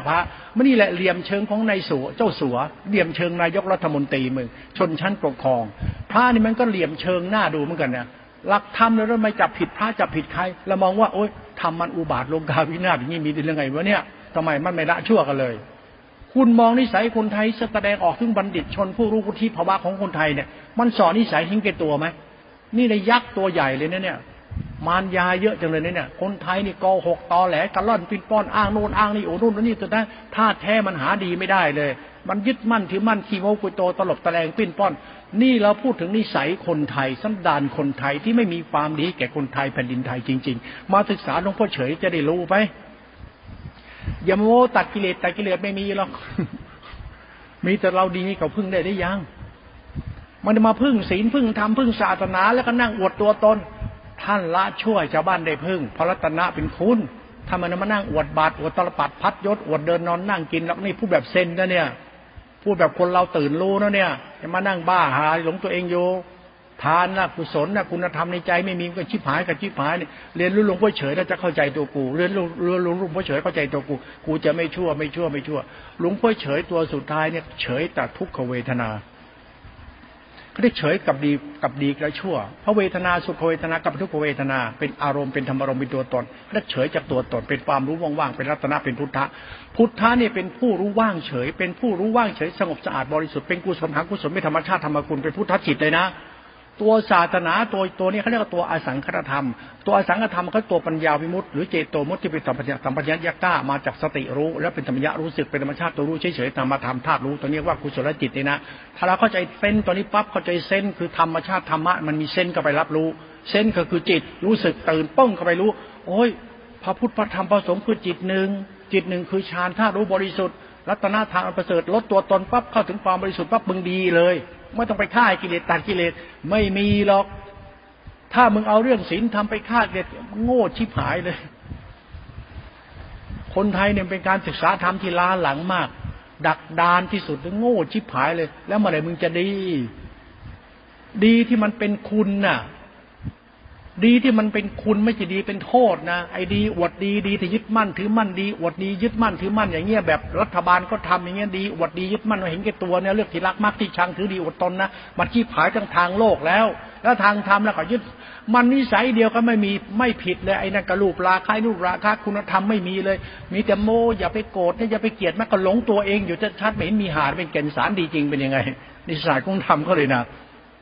ไม่นี่แหละเหลี่ยมเชิงของนายสัวเจ้าสัวเหลี่ยมเชิงนายกรัฐมนตรีมึงชนชั้นปกครองพระนี่มันก็เหลี่ยมเชิงหน้าดูเหมือนกันนะหลักธรรมแล้วไม่จับผิดพระจับผิดใครเรามองว่าโอ๊ยทำมันอุบาทโลกาวินาศอย่างนี้มีได้ยังไงวะเนี่ยทำไมมันไม่ละชั่วกันเลยคุณมองนิสัยคนไทยแสดงออกถึงบัณฑิตชนผู้รู้วุฒิภาวะของคนไทยเนี่ยมันสอนนิสัยทิ้งแก่ตัวไหมนี่ในยักษ์ตัวใหญ่เลยนะเนี่ยมารยาเยอะจังเลยเนี่ยคนไทยนี่โกหกตอแหลกระล่อนปิ้นป้อนอ้างโน่นอ้างนี่โอ้นู่นนี่ตัวนั้นท่าแท้มันหาดีไม่ได้เลยมันยึดมั่นถือมั่นขี้โม้กุยโตตลบตะแลงปิ้นป้อนนี่เราพูดถึงนิสัยคนไทยสันดานคนไทยที่ไม่มีความดีแก่คนไทยแผ่นดินไทยจริงๆมาศึกษาหลวงพ่อเฉยจะได้รู้ไปอย่าโม้ตัดกิเลสไม่มีหรอกมีแต่เราดีเขาพึ่งได้ยังมันมาพึ่งศีลพึ่งธรรมพึ่งศาสนาแล้วก็นั่งอวดตัวตนท่านละช่วยชาวบ้านได้พึ่งเพราะรัตนะเป็นคุณถ้ามันมานั่งอวดบาตรอวดตลปัดพัดยศอวดเดินนอนนั่งกินแล้วนี่พูดแบบเซนนะเนี่ยพูดแบบคนเราตื่นรู้นะเนี่ยจะมานั่งบ้าหาหลงตัวเองอยู่ทานนะกุศลนะคุณธรรมในใจไม่มีก็ชิบหายกับชิบหายเนี่ยเรียนรู้หลวงพ่อเฉยแล้วจะเข้าใจตัวกูเรียนรู้หลวงพ่อเฉยเข้าใจตัวกูจะไม่ชั่วหลวงพ่อเฉยตัวสุดท้ายเนี่ยเฉยแต่ทุกขเวทนาเขาได้เฉยกับดีและชั่วเพราะเวทนาสุขเวทนากับทุกขเวทนาเป็นอารมณ์เป็นธรรมอารมณ์เป็นตัวตนเขาได้เฉยจากตัวตนเป็นความรู้ว่างๆเป็นรัตนะเป็นพุทธะเนี่ยเป็นผู้รู้ว่างเฉยเป็นผู้รู้ว่างเฉยสงบสะอาดบริสุทธิ์เป็นกุศลหากุศลเป็นธรรมชาติธรรมกุลเป็นพุทธจิตเลยนะตัวศาสนาตัวนี้เขาเรียกว่าตัวอสังขตธรรมตัวอสังขตธรรมเขาตัวปัญญาวิมุตติหรือเจโตมุตติที่เป็นสัมปัญญะก้ามาจากสติรู้และเป็นธรรมะรู้สึกเป็นธรรมชาติตัวรู้เฉยๆธรรมธรรมธาตุรู้ตัวนี้ว่ากุศลจิตนี่นะถ้าเราเข้าใจเส้นตัวนี้ปั๊บเข้าใจเส้นคือธรรมชาติธรรมะมันมีเส้นเข้าไปรับรู้เส้นก็คือจิตรู้สึกตื่นป้องเข้าไปรู้โอ้ยพระพุทธพระธรรมพระสงฆ์คือจิตหนึ่งคือฌานธาตุรู้บริสุทธิ์รัตนะทางอันประเสริฐลดตัวตนปั๊บเข้าถึงความบริสุทธิ์ปั๊บมึงดีเลยไม่ต้องไปฆ่ากิเลสตัดกิเลสไม่มีหรอกถ้ามึงเอาเรื่องศีลทำไปฆ่าเด็ดโง่ชิบหายเลยคนไทยเนี่ยเป็นการศึกษาธรรมที่ล้าหลังมากดักดานที่สุดโง่ชิบหายเลยแล้วเมื่อไหร่มึงจะดีที่มันเป็นคุณน่ะดีที่มันเป็นคุณไม่ใช่ดีเป็นโทษนะไอ้ดีอวดดีที่ยึดมั่นถือมั่นดีอวดดียึดมั่นถือมั่นอย่างเงี้ยแบบรัฐบาลก็ทำอย่างเงี้ยดีอวดดียึดมั่นเห็นแก่ตัวเนี่ยเลือกที่รักมักที่ชังถือดีอวดตนนะมันชี้ผายทางโลกแล้วทางธรรมแล้วก็ยึดมันนิสัยเดียวก็ไม่ผิดเลยไอ้นั่นกระลูกราคาลูกราคาคุณธรรมไม่มีเลยมีแต่โมอย่าไปโกรธอย่าไปเกลียดมันก็หลงตัวเองอยู่ชัดๆไม่เห็นมีหาเป็นแก่นสารดีจริงเป็นยังไงนิสัยของธรรมเขาเลยนะ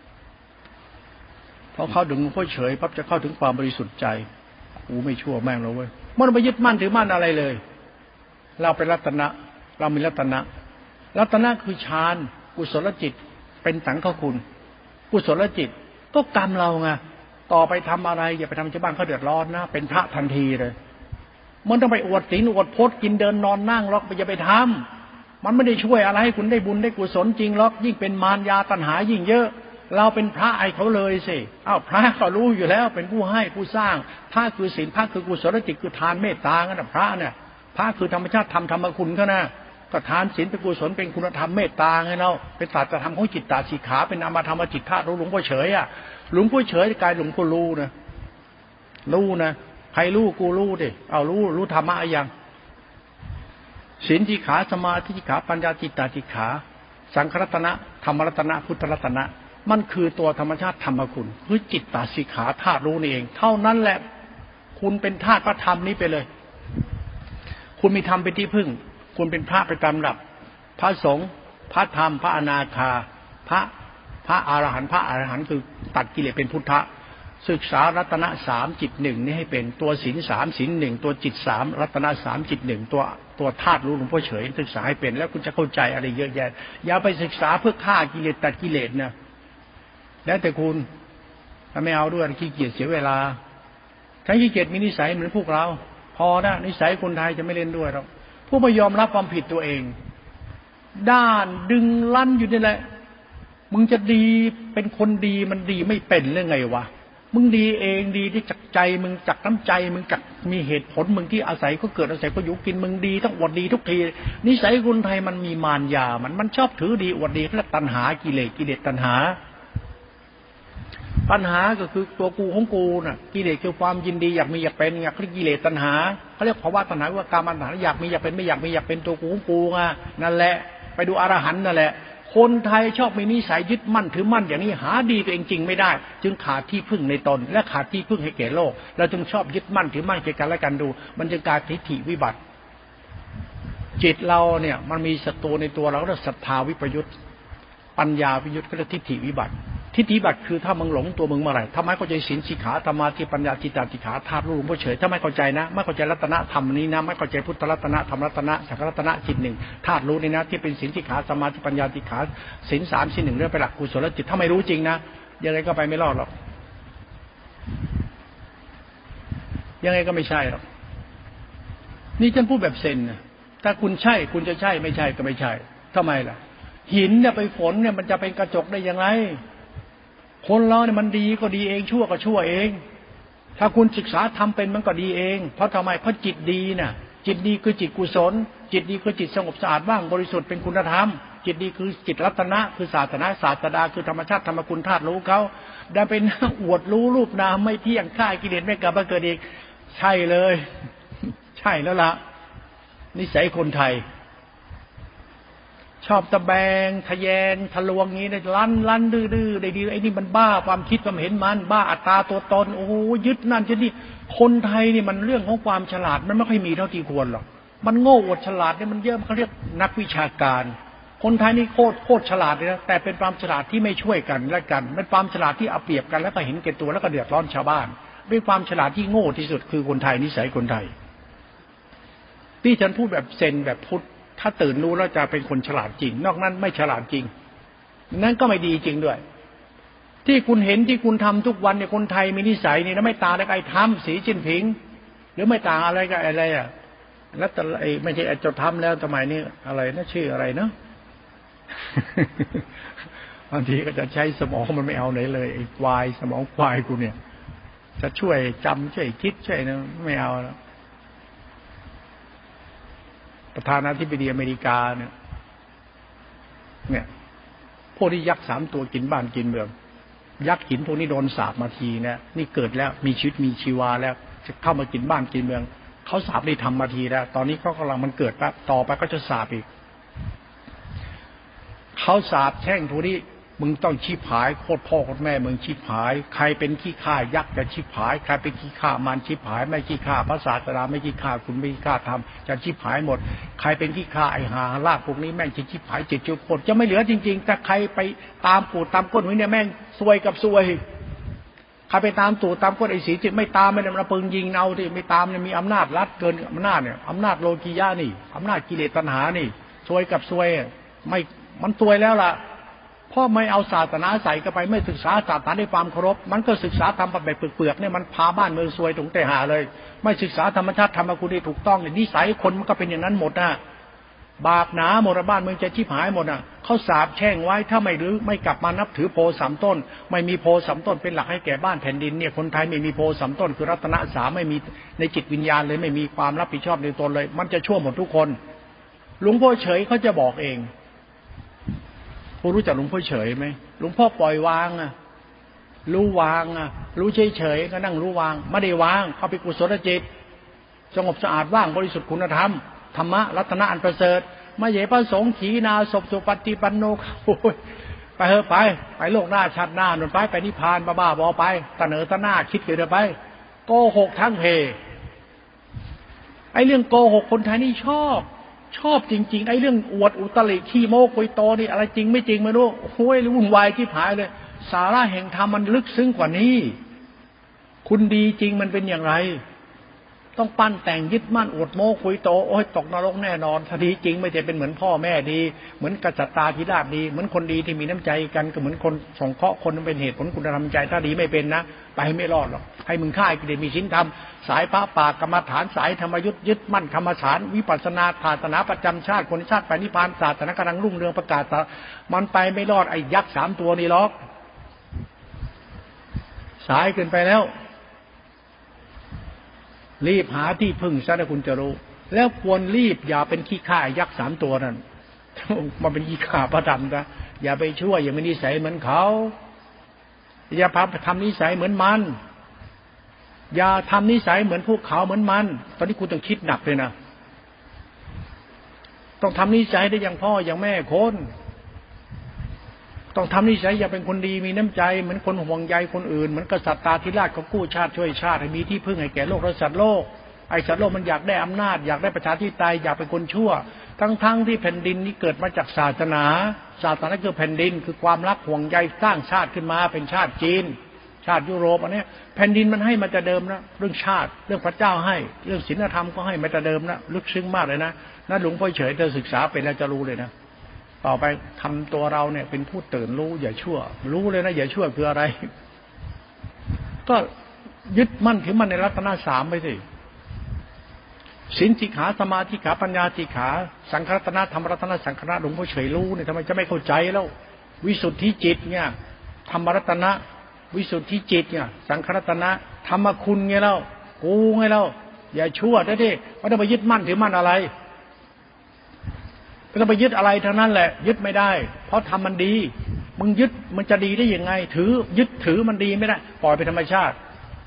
พอเข้าถึงพ่อเฉยปั๊บจะเข้าถึงความบริสุทธิ์ใจกูไม่ชั่วแม่งแล้วเว้ยมันไปยึดมั่นถือมั่นอะไรเลยเราเป็นรัตนะเรามีรัตนะคือฌานกุศลจิตเป็นสังฆคุณกุศลจิตก็กรรมเราไงต่อไปทำอะไรอย่าไปทำชาวบ้านเขาเดือดร้อนนะเป็นพระทันทีเลยมันต้องไปอวดศีลอวดพจน์กินเดินนอนนั่งหรอกอย่าไปทำมันไม่ได้ช่วยอะไรให้คุณได้บุญได้กุศลจริงหรอกยิ่งเป็นมารยาตัณหายิ่งเยอะเราเป็นพระไอเขาเลยสิพระก็รู้อยู่แล้วเป็นผู้ให้ผู้สร้างพระคือศีลพระคือกุศลจิตคือทานเมตตางั้นนะพระเนี่ยพระคือธรรมชาติธรรมคุณเขานะก็ทานศีลเป็นกุศลเป็นคุณธรรมเมตตาไงเราเป็นศาสตรธรรมของจิตตาสีขาเป็นนามธรรมจิตธาตุรู้หลวงพ่อเฉยหลวงพ่อเฉยกายหลวงพ่อรู้นะใครรู้กูรู้ดิรู้ธรรมะยังศีลจิขาสมาธิจิขาปัญญาจิตตาจิขาสังขรัตนะธรรมรัตนะพุทธรัตนะมันคือตัวธรรมชาติธรรมคุณคือจิตตาสิกขาธาตุรู้นี่เองเท่านั้นแหละคุณเป็นธาตุพระธรรมนี้ไปเลยคุณมีธรรมเป็นที่พึ่งคุณเป็นพระไปตามระดับพระสงฆ์พระธรรมพระอนาคาพระอรหันต์คือตัดกิเลสเป็นพุทธะศึกษารัตนะ3จิต1นี่ให้เป็นตัวศีล3ศีล1ตัวจิต3รัตนะ3จิต1ตัวธาตุรู้หลวงพ่อเฉยศึกษาให้เป็นแล้วคุณจะเข้าใจอะไรเยอะแยะอย่าไปศึกษาเพื่อฆ่ากิเลสตัดกิเลสนะแล้วแต่คุณถ้าไม่เอาด้วยขี้เกียจเสียเวลาถ้าขี้เกียจมีนิสัยเหมือนพวกเราพอนะนิสัยคนไทยจะไม่เล่นด้วยหรอกผู้ไม่ยอมรับความผิดตัวเองด้านดึงลั่นอยู่นี่แหละมึงจะดีเป็นคนดีมันดีไม่เป็นเรื่องไงวะมึงดีเองดีที่จักใจมึงจักน้ำใจมึงจักมีเหตุผลมึงที่อาศัยก็เกิดอาศัยก็อยู่กินมึงดีต้องอวดดีทุกทีนิสัยคนไทยมันมีมารยามันชอบถือดีอวดดีเรียกตัณหากิเลสตัณหาปัญหาก็คือตัวกูของกูน่ะกิเลสคือความยินดีอยากมีอยากเป็นอยากเรียกกิเลสตัณหาเขาเรียกภาวะตัณหาว่ากามตัณหาอยากมีอยากเป็นไม่อยากมีอยากเป็นตัวกูของกูไงนั่นแหละไปดูอรหันต์นั่นแหละคนไทยชอบมีนิสัยยึดมั่นถือมั่นอย่างนี้หาดีตัวเองจริงไม่ได้จึงขาดที่พึ่งในตนและขาดที่พึ่งให้แก่โลกเราจึงชอบยึดมั่นถือมั่นแก่กันและกันดูมันจึงกลายทิฏฐิวิบัติจิตเราเนี่ยมันมีศัตรูในตัวเราเรียกศรัทธาวิปยุตปัญญาวิปยุตก็เรียกทิฏฐิวิบัติทิฏฐิวิบัติคือถ้ามึงหลงตัวมึงเมื่อไหร่ทำไมเข้าใจศีลสิกขาธรรมะที่ปัญญาจิตตติขาธาตุรู้ผู้เฉยถ้าไม่เข้าใจนะไม่เข้าใจรัตนะธรรมนี้นะไม่เข้าใจพุทธรัตนะธรรมรัตนะสังฆรัตนะจิตหนึ่งธาตุรู้นี่นะที่เป็นศีลสิกขาสมาธิปัญญาติขาศีล3ศีล1เรื่องไปหลักกุศลจิตถ้าไม่รู้จริงนะยังไงก็ไปไม่รอดหรอกยังไงก็ไม่ใช่หรอกนี่ฉันพูดแบบเซนนะถ้าคุณใช่คุณจะใช่ไม่ใช่ก็ไม่ใช่ทำไมล่ะหินเนี่ยไปฝนเนี่ยมันจะเป็นกระจกได้ยังไงคนเราเนี่ยมันดีก็ดีเองชั่วก็ชั่วเองถ้าคุณศึกษาทำเป็นมันก็ดีเองเพราะทำไมเพราะจิตดีน่ะจิตดีคือจิตกุศลจิตดีคือจิตสงบสะอาดบ้างบริสุทธิ์เป็นคุณธรรมจิตดีคือจิตรัตนะคือศาสนาศาสดาคือธรรมชาติธรรมคุณธาตุรู้เขาได้เป็นอวดรู้รูปนามไม่เที่ยงฆ่ากิเลสไม่กลับมาเกิดอีกใช่เลยใช่แล้วล่ะนิสัยคนไทยชอบตะแบงทะแยงทะลวงงี้นะลั่นดื้อได้ดีไอ้นี่มันบ้าความคิดความเห็นมันบ้าอัตตาตัวตนโอ้โหยึดนั่นจะนี่คนไทยนี่มันเรื่องของความฉลาดมันไม่ค่อยมีเท่าที่ควรหรอกมันโง่อวดฉลาดเนี่ยมันเยอะเขาเรียกนักวิชาการคนไทยนี่โคตรฉลาดเลยนะแต่เป็นความฉลาดที่ไม่ช่วยกันและกันเป็นความฉลาดที่เอาเปรียบกันแล้วก็เห็นแก่ตัวแล้วก็เดือดร้อนชาวบ้านเป็นความฉลาดที่โง่ที่สุดคือคนไทยนิสัยคนไทยที่ฉันพูดแบบเซนแบบพุทธถ้าตื่นรู้แล้วจะเป็นคนฉลาดจริงนอกนั้นไม่ฉลาดจริงนั่นก็ไม่ดีจริงด้วยที่คุณเห็นที่คุณทำทุกวันเนี่ยคนไทยมีนิสัยนี่นะไม่ต่างอะไรกับไอ้ทำสีจิ้นผิงหรือไม่ต่างอะไรกับอะไรอ่ะแล้วแต่ไอ้ไม่ใช่จะทำแล้วสมัยนี้อะไรนะชื่ออะไรเนาะ บางทีก็จะใช้สมองมันไม่เอาไหนเลยไอ้ควายสมองควายกูเนี่ยจะช่วยจำช่วยคิดช่วยนะไม่เอาแล้วประธานาธิบดีอเมริกาเนี่ยพวกที่ยักษ์3ตัวกินบ้านกินเมืองยักษ์หินพวกนี้โดนสาปมาทีนะนี่เกิดแล้วมีชีวิตมีชีวาแล้วจะเข้ามากินบ้านกินเมืองเขาสาปได้ทำมาทีแล้วตอนนี้เขากำลังมันเกิดปั๊บต่อไปก็จะสาปอีกเขาสาปแช่งพวกนี้มึงต้องชีพหายโคตรพ่อโคตรแม่มึงชีพหายใครเป็นขี้ข้ายักษ์จะชีพหายใครเป็นขี้ข้ามันชีพหายไม่ขี้ข้าพระศาสดาไม่ขี้ข้าคุณไม่ขี้ข้าทำจะชีพหายหมดใครเป็นขี้ข้าไอ้หาลากพวกนี้แม่งจะชีพหายจิตจุดโคตรจะไม่เหลือจริงๆถ้าใครไปตามปูดตามก้นไว้เนี่ยแม่งซวยกับซวยใครไปตามตู่ตามก้นไอ้สีจิตไม่ตามไม่ได้มาปืนยิงเอาที่ไม่ตามเนี่ยมีอำนาจรัดเกินอำนาจเนี่ยอำนาจโลกียะนี่อำนาจกิเลสตัณหานี่ซวยกับซวยไม่มันซวยแล้วล่ะพ่อไม่เอาศาสนาใส่เข้าไปไม่ศึกษาศาสนาด้วยความเคารพมันก็ศึกษาทำแบบเปลือกๆเนี่ยมันพาบ้านเมืองซวยตรงแต่หาเลยไม่ศึกษาธรรมชาติธรรมคุณที่ถูกต้องเนี่ยนิสัยคนมันก็เป็นอย่างนั้นหมดนะบาปหนาหมดบ้านเมืองจะชิบหายหมดนะเขาสาปแช่งไว้ถ้าไม่รื้อไม่กลับมานับถือโพสามต้นไม่มีโพสามต้นเป็นหลักให้แก่บ้านแผ่นดินเนี่ยคนไทยไม่มีโพสามต้นคือรัตนะ3ไม่มีในจิตวิญญาณเลยไม่มีความรับผิดชอบในตนเลยมันจะชั่วหมดทุกคนหลวงพ่อเฉยเขาจะบอกเองผู้รู้จักหลวงพ่อเฉยไหมหลวงพ่อปล่อยวางอ่ะรู้วางอ่ะรู้เฉยๆก็นั่งรู้วางไม่ได้วางเข้าไปกุศลจิตสงบสะอาดว่างบริสุทธิ์คุณธรรมธรรมะรัตนะอันประเสริฐไม่ใช่พระสงฆ์ขีณาศพสุปฏิปันโนไปเถอะไปโลกหน้าชาติหน้าหนุนไปนิพพานบ้าๆบอไปตะเหนอตะหน้าคิดเกิดไปโกหกทั้งเพไอ้เรื่องโกหกคนไทยนี่ชอบจริงๆไอ้เรื่องอวดอุตริขี้โม้คุยโตนี่อะไรจริงไม่จริงไม่รู้โอ้ยวุ่นวายที่ผายเลยสาระแห่งธรรมมันลึกซึ้งกว่านี้คุณดีจริงมันเป็นอย่างไรต้องปั้นแต่งยึดมั่นอวดโม้คุยโตโอ้ยตกนรกแน่นอนถ้าดีจริงไม่จะเป็นเหมือนพ่อแม่ดีเหมือนกษัตริย์ตาธิราชดีเหมือนคนดีที่มีน้ำใจกันก็เหมือนคนสงเคราะห์คนเป็นเหตุผลคุณธรรมใจถ้าดีไม่เป็นนะไปไม่รอดหรอกให้มึงฆ่ากิเลสมีศีลธรรมสายพระป่ากรรมฐานสายธรรมยุทธยึดมั่นธรรมฐานวิปัสสนาศาสนาประจำชาติคนชาติไปนิพพานศาสนากำลังรุ่งเรืองประกาศมันไปไม่รอดไอ้ยักษ์3ตัวนี่หรอกสายเกินไปแล้วรีบหาที่พึ่งซะนะคุณจะรู้แล้วควรรีบอย่าเป็นขี้ข้ายักษ์3ตัวนั่นมันเป็นขี้ข้าพระธรรมนะอย่าไปช่วยอย่ามีนิสัยเหมือนเขาอย่าพาไปทำนิสัยเหมือนมันอย่าทำนิสัยเหมือนพวกเขาเหมือนมันตอนนี้คุณต้องคิดหนักเลยนะต้องทำนิสัยได้อย่างพ่ออย่างแม่คนต้องทำนิสัยอย่าเป็นคนดีมีน้ำใจเหมือนคนห่วงใยคนอื่นเหมือนกษัตริย์ตาธิราชเขากู้ชาติช่วยชาติให้มีที่พึ่งให้แก่โลกและสัตว์โลกไอ้สัตว์โลกมันอยากได้อำนาจอยากได้ประชาธิปไตยอยากเป็นคนชั่วทั้งที่แผ่นดินนี้เกิดมาจากศาสนาคือแผ่นดินคือความรักห่วงใยสร้างชาติขึ้นมาเป็นชาติจีนชาติยุโรปอันนี้แผ่นดินมันให้มาแต่เดิมนะเรื่องชาติเรื่องพระเจ้าให้เรื่องศีลธรรมก็ให้มาแต่เดิมนะลึกซึ้งมากเลยนะหลวงพ่อเฉยเธอศึกษาเป็นแล้วจะรู้เลยนะต่อไปทำตัวเราเนี่ยเป็นผู้ตื่นรู้อย่าชั่วรู้เลยนะอย่าชั่วคืออะไรก็ยึดมั่นถือมั่นในรัตนสามไปสิศีลสิกขาสมาธิขาปัญญาสิกขาสังฆรัตนะธรรมรัตนะสังฆรัตนะหลวงพ่อเฉยรู้เนี่ยทำไมจะไม่เข้าใจแล้ววิสุทธิจิตเนี่ยธรรมรัตนะวิสุทธิจิตเนี่ยสังฆรัตนะธรรมคุณไงเล่ากูไงเล่าอย่าชั่วได้ดิไม่ต้องไปยึดมั่นถือมั่นอะไรไม่ต้องไปยึดอะไรทั้งนั้นแหละยึดไม่ได้เพราะทำมันดีมึงยึดมันจะดีได้ยังไงถือยึดถือมันดีไม่ได้ปล่อยไปธรรมชาติ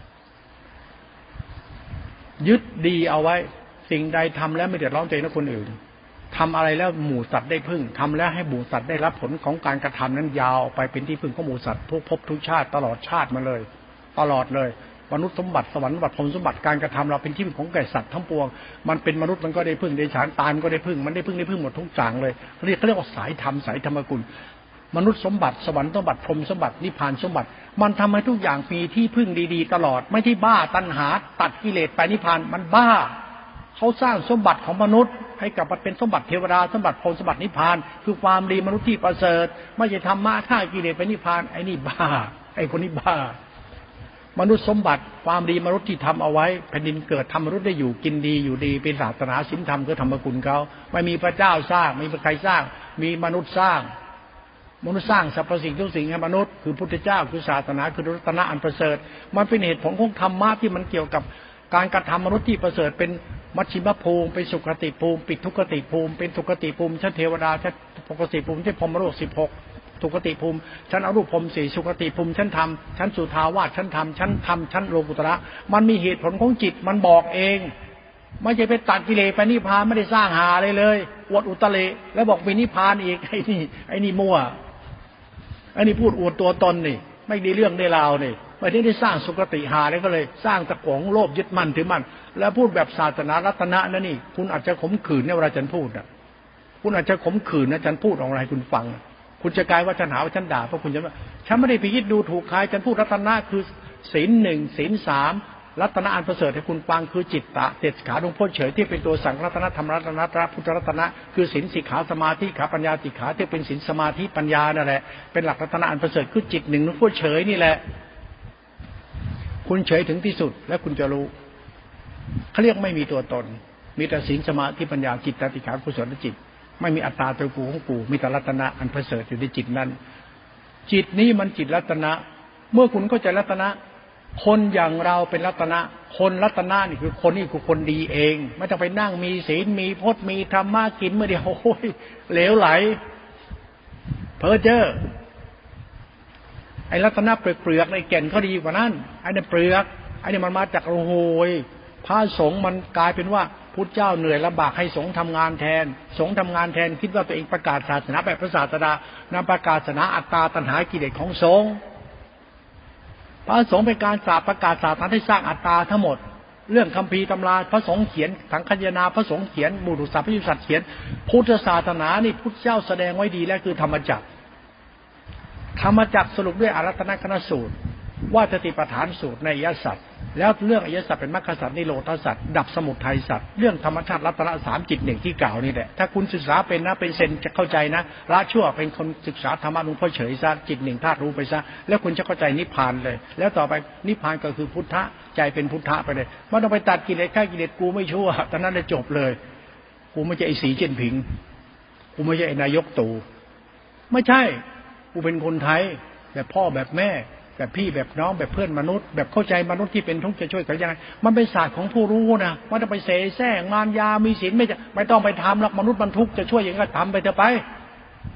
ยึดดีเอาไว้สิ่งใดทำแล้วไม่เดือดร้อนตัวเองและคนอื่นทำอะไรแล้วหมู่สัตว์ได้พึ่งทำแล้วให้หมู่สัตว์ได้รับผลของการกระทำนั้นยาวไปเป็นที่พึ่งของหมู่สัตว์ทุกภพทุกชาติตลอดชาติมาเลยตลอดเลยมนุษย์สมบัติสวรรค์สมบัติพรหมสมบัติการกระทำเราเป็นที่พึ่งของแก่สัตว์ทั้งปวงมันเป็นมนุษย์มันก็ได้พึ่งได้ฉานตายมันก็ได้พึ่งมันได้พึ่งหมดทุกอย่างเลยเขาเรียกว่าสายธรรมสายธรรมกุลมนุษย์สมบัติสวรรค์สมบัติพรหมสมบัตินิพพานสมบัติมันทำให้ทุกอย่างมีที่พึ่งดีๆตลอดไม่ที่บ้าตัณหาตัดกิเลสไปนิพพานมันบ้าเขาสร้างสมบัติของมนุษย์ให้กลับมาเป็นสมบัติเทวดาสมบัติพรหมสมบัตินิพพานคือความดีมนุษย์ที่ประเสริฐไม่ใช่ธรรมะฆ่ากิเลสไปนิพพานไอ้นี่บ้าไอ้คนนี้บ้ามนุษย์สมบัติความดีมนุษย์ที่ทำเอาไว้แผ่นดินเกิดทำมนุษย์ได้อยู่กินดีอยู่ดีเป็นศาสนาศีลธรรมคือธรรมกุลเขาไม่มีพระเจ้าสร้างไม่มีใครสร้างมีมนุษย์สร้างมนุษย์สร้างสรรพสิ่งทุกสิ่งให้มนุษย์คือพุทธเจ้าคือศาสนาคือรัตนะอันประเสริฐมันเป็นเหตุผลของธรรมะที่มันเกี่ยวกับการกระทำมนุษย์ที่ประเสริฐเป็นมัชฌิมภูมิเป็นสุคติภูมิปิทุกติภูมิเป็นสุคติภูมิชั้นเทวดาชั้นปกติภูมิชั้นพรหมโลก16สุคติภูมิชั้นอรูปพรหม4สุคติภูมิชั้นธรรมชั้นสุทาวาสชั้นธรรมชั้นโลกุตระมันมีเหตุผลของจิตมันบอกเองไม่ใช่ไปตัดกิเลสไปนิพพานไม่ได้สร้างหาเลยอวดอุตริแล้วบอกมีนิพพานอีกไอ้นี่มั่วไอ้นี่พูดอวดตัวตนนี่ไม่ได้เรื่องได้ราวนี่ไม่ได้สร้างสุคติหาเลยก็เลยสร้างตะกงโลภยึดมั่นถือมั่นแล้วพูดแบบศาสนารัตนะนั่นนี่คุณอาจจะขมขื่นในเวลาฉันพูดอ่ะคุณอาจจะขมขื่นนะฉันพูดอะไรคุณฟังคุณจะกลายว่าฉันหาว่าฉันด่าเพราะคุณจะว่าฉันไม่ได้ไปยึดดูถูกใครฉันพูดรัตนะคือศีล1ศีล3รัตนะอันประเสริฐให้คุณฟังคือจิตตะเจ็ดขาหลวงพ่อเฉยที่เป็นตัวสังฆรัตนะธรรมรัตนะพระพุทธรัตนะคือศีลสิกขาสมาธิขาปัญญาสิกขาที่เป็นศีลสมาธิปัญญานั่นแหละเป็นหลักรัตนะอันประเสริฐคือจิตหนึ่งหลวงพ่อเฉยนี่แหละคุณเฉยถึงที่สุดแล้วคุณจะรู้เขาเรียกไม่มีตัวตนมีแต่ศีลสมาธิปัญญาจิตตติขากุศลจิตไม่มีอัตตาตัวกูของกูมีแต่รัตนะอันประเสริฐอยู่ในจิตนั้นจิตนี้มันจิตรัตนะเมื่อคุณเข้าใจรัตนะคนอย่างเราเป็นรัตนะคนรัตนะนี่คือคนนี่คือคนดีเองไม่ต้องไปนั่งมีศีลมีพจน์มีธรรมะกินเมื่อเดียวโอ้ยเหลวไหลเพ้อเจ้อไอ้รัตนะเปลือกในแก่นเขาดีกว่านั้นไอ้นี่เปลือกไอ้นี่มันมาจากโอ้โหพระสงฆ์มันกลายเป็นว่าพุทธเจ้าเหนื่อยลำบากให้สงฆ์ทำงานแทนสงฆ์ทำงานแทนคิดว่าตัวเองประกาศศาสนาแบบพระศาสดานำประกาศศาสนาอัตตาตัณหากิเลสของสงฆ์พระสงฆ์เป็นการประกาศศาสนาที่สร้างอัตตาทั้งหมดเรื่องคัมภีร์ตำราพระสงฆ์เขียนสังฆยนาพระสงฆ์เขียนบุรุษพระยุสัตเขียนพุทธศาสนานี่พุทธเจ้าแสดงไว้ดีแล้วคือธรรมจักรสรุปด้วยอารัตนคณสูตรว่าสติปัฏฐานสูตรในอริยสัจแล้วเรื่องอริยสัจเป็นมรรคสัจนิโรธสัจดับสมุทัยสัจเรื่องธรรมชาติรัตนะ3จิต1ที่กล่าวนี่แหละถ้าคุณศึกษาเป็นนะเป็นเซนจะเข้าใจนะละชั่วเป็นคนศึกษาธรรมะหลวงพ่อเฉยซะจิต1ธาตุรู้ไปซะแล้วคุณจะเข้าใจนิพพานเลยแล้วต่อไปนิพพานก็คือพุทธะใจเป็นพุทธะไปเลยไม่ต้องไปตัดกิเลสฆ่ากิเลสกูไม่ชั่วตอนนั้นจะจบเลยกูไม่ใช่ไอ้สีเจิ้นผิงกูไม่ใช่ไอ้นายกตู่ไม่ใช่กูเป็นคนไทยแบบพ่อแบบแม่แบบพี่แบบน้องแบบเพื่อนมนุษย์แบบเข้าใจมนุษย์ที่เป็นทุกข์จะช่วยกันยังไงมันเป็นศาสตร์ของผู้รู้นะไม่ต้องไปเสแสร้งงานยามีศีลไม่ต้องไปทำหรอกมนุษย์มันทุกข์จะช่วยยังไงก็ทำไปเถอะไป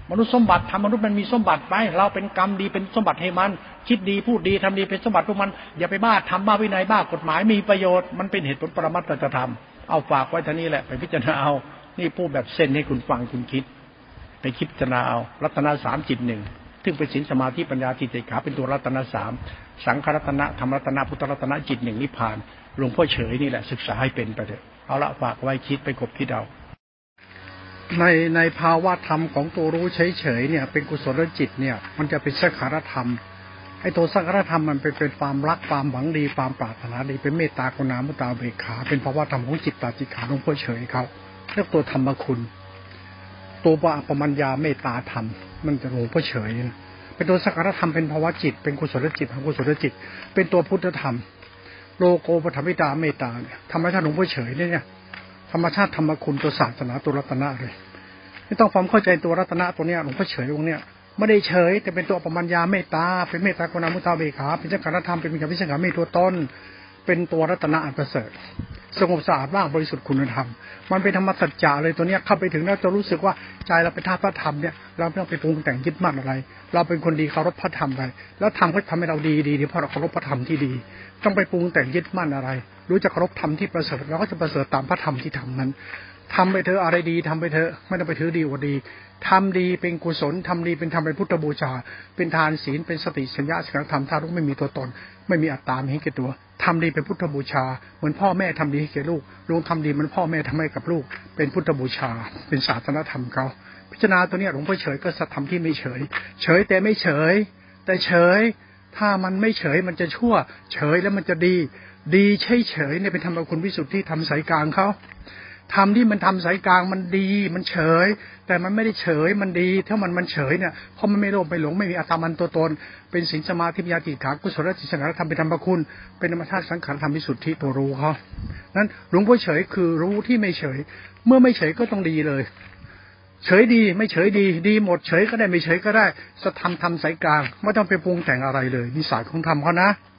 มนุษย์สมบัติทำมนุษย์มันมีสมบัติไปเราเป็นกรรมดีเป็นสมบัติให้มันคิดดีพูดดีทำดีเป็นสมบัติพวกมันอย่าไปบ้าทำบ้าวินัยบ้ากฎหมายมีประโยชน์มันเป็นเหตุผลปรมัตถธรรมเอาฝากไว้ท่านี้แหละไปพิจารณาเอานี่พูดแบบเส้นให้คุณฟังคุณคิดไปคิดพิจารณาเอารัตนะสามจิตหนึ่งซึ่งเป็นศีลสมาธิปัญญาจิตติขาเป็นตัวรัตนะสามสังขรัตนะธรรมรัตนะพุทธรัตนะจิตหนึ่งนิพพานหลวงพ่อเฉยนี่แหละศึกษาให้เป็นไปเถอะเอาละฝากไว้คิดไปกบคิดเอาในภาวะธรรมของตัวรู้เฉยๆเนี่ยเป็นกุศลจิตเนี่ยมันจะเป็นสังขารธรรมไอ้ตัวสังขารธรรมมันเป็นความรักความหวังดีความปรารถนาดีเป็นเมตตากรุณามุตตาเบกขาเป็นภาวะธรรมของจิตตาจิตขาหลวงพ่อเฉยเขาเรียกตัวธรรมคุณตัวปมัญญาเมตตาธรรมมันจะหลวงพ่อเฉยเป็นตัวสังขารธรรมเป็นภาวะจิตเป็นกุศลจิตของกุศลจิตเป็นตัวพุทธธรรมโลโกปฐมิตาเมตตาเนี่ยธรรมชาติหลวงพ่อเฉยเนี่ยธรรมชาติธรรมคุณตัวศาสนาตัวรัตนะเลยไม่ต้องความเข้าใจตัวรัตนะตัวเนี้ยหลวงพ่อเฉยตรงเนี้ยไม่ได้เฉยแต่เป็นตัวปมัญญาเมตตาเป็นเมตตากรุณามุตตาเบกขาเป็นสังขารธรรมเป็นวิญญาณวิสังขารมีตัวตนเป็นตัวรัตนะอันประเสริฐสงบสะอาดว่างบริสุทธิ์คุณธรรมมันเป็นธรรมสัจจะเลยตัวเนี้ยเข้าไปถึงแล้วจะรู้สึกว่าใจเราเป็นธาตุพระธรรมเนี่ยเราไม่ต้องไปปรุงแต่งยึดมั่นอะไรเราเป็นคนดีเคารพพระธรรมไปแล้วธรรมก็ทำให้เราดีเพราะเราเคารพพระธรรมที่ดีต้องไปปรุงแต่งยึดมั่นอะไรรู้จักเคารพธรรมที่ประเสริฐเราก็จะประเสริฐตามพระธรรมที่ทำนั้นทำไปเถอะอะไรดีทำไปเถอะไม่ต้องไปถือดีกว่าดีทำดีเป็นกุศลทำดีเป็นธรรมเป็นพุทธบูชาเป็นทานศีลเป็นสติสัญญาสังฆธรรมถ้าลูกไม่มีตัวตนไม่มีอัตตาไม่เห็นแก่ตัวทำดีเป็นพุทธบูชาเหมือนพ่อแม่ทำดีให้แก่ลูกลูกทำดีเหมือนพ่อแม่ทำให้กับลูกเป็นพุทธบูชาเป็นศาสนธรรมเขาพิจารณาตัวนี้หลวงพ่อเฉยก็สัตธรรมที่ไม่เฉยเฉยแต่ไม่เฉยแต่เฉยถ้ามันไม่เฉยมันจะชั่วเฉยแล้วมันจะดีเฉยเนี่ยเป็นธรรมคุณวิสุทธิธรรมสายกลางเขาทำที่มันทำสายกลางมันดีมันเฉยแต่มันไม่ได้เฉยมันดีถ้ามันเฉยเนี่ยเพราะมันไม่โลภไม่หลงไม่มีอัตตามันตัวตนเป็นศีลสมาธิปัญญาจิตขากุศลจิตสังขารธรรมเป็นธรรมคุณเป็นธรรมชาติสังขารธรรมวิสุทธิตัวรู้เขานั้นหลวงพ่อเฉยคือรู้ที่ไม่เฉยเมื่อไม่เฉยก็ต้องดีเลยเฉยดีไม่เฉยดีหมดเฉยก็ได้ไม่เฉยก็ได้สัทธรรมทำสายกลางไม่ต้องไปปรุงแต่งอะไรเลยนิสัยของธรรมเขานะ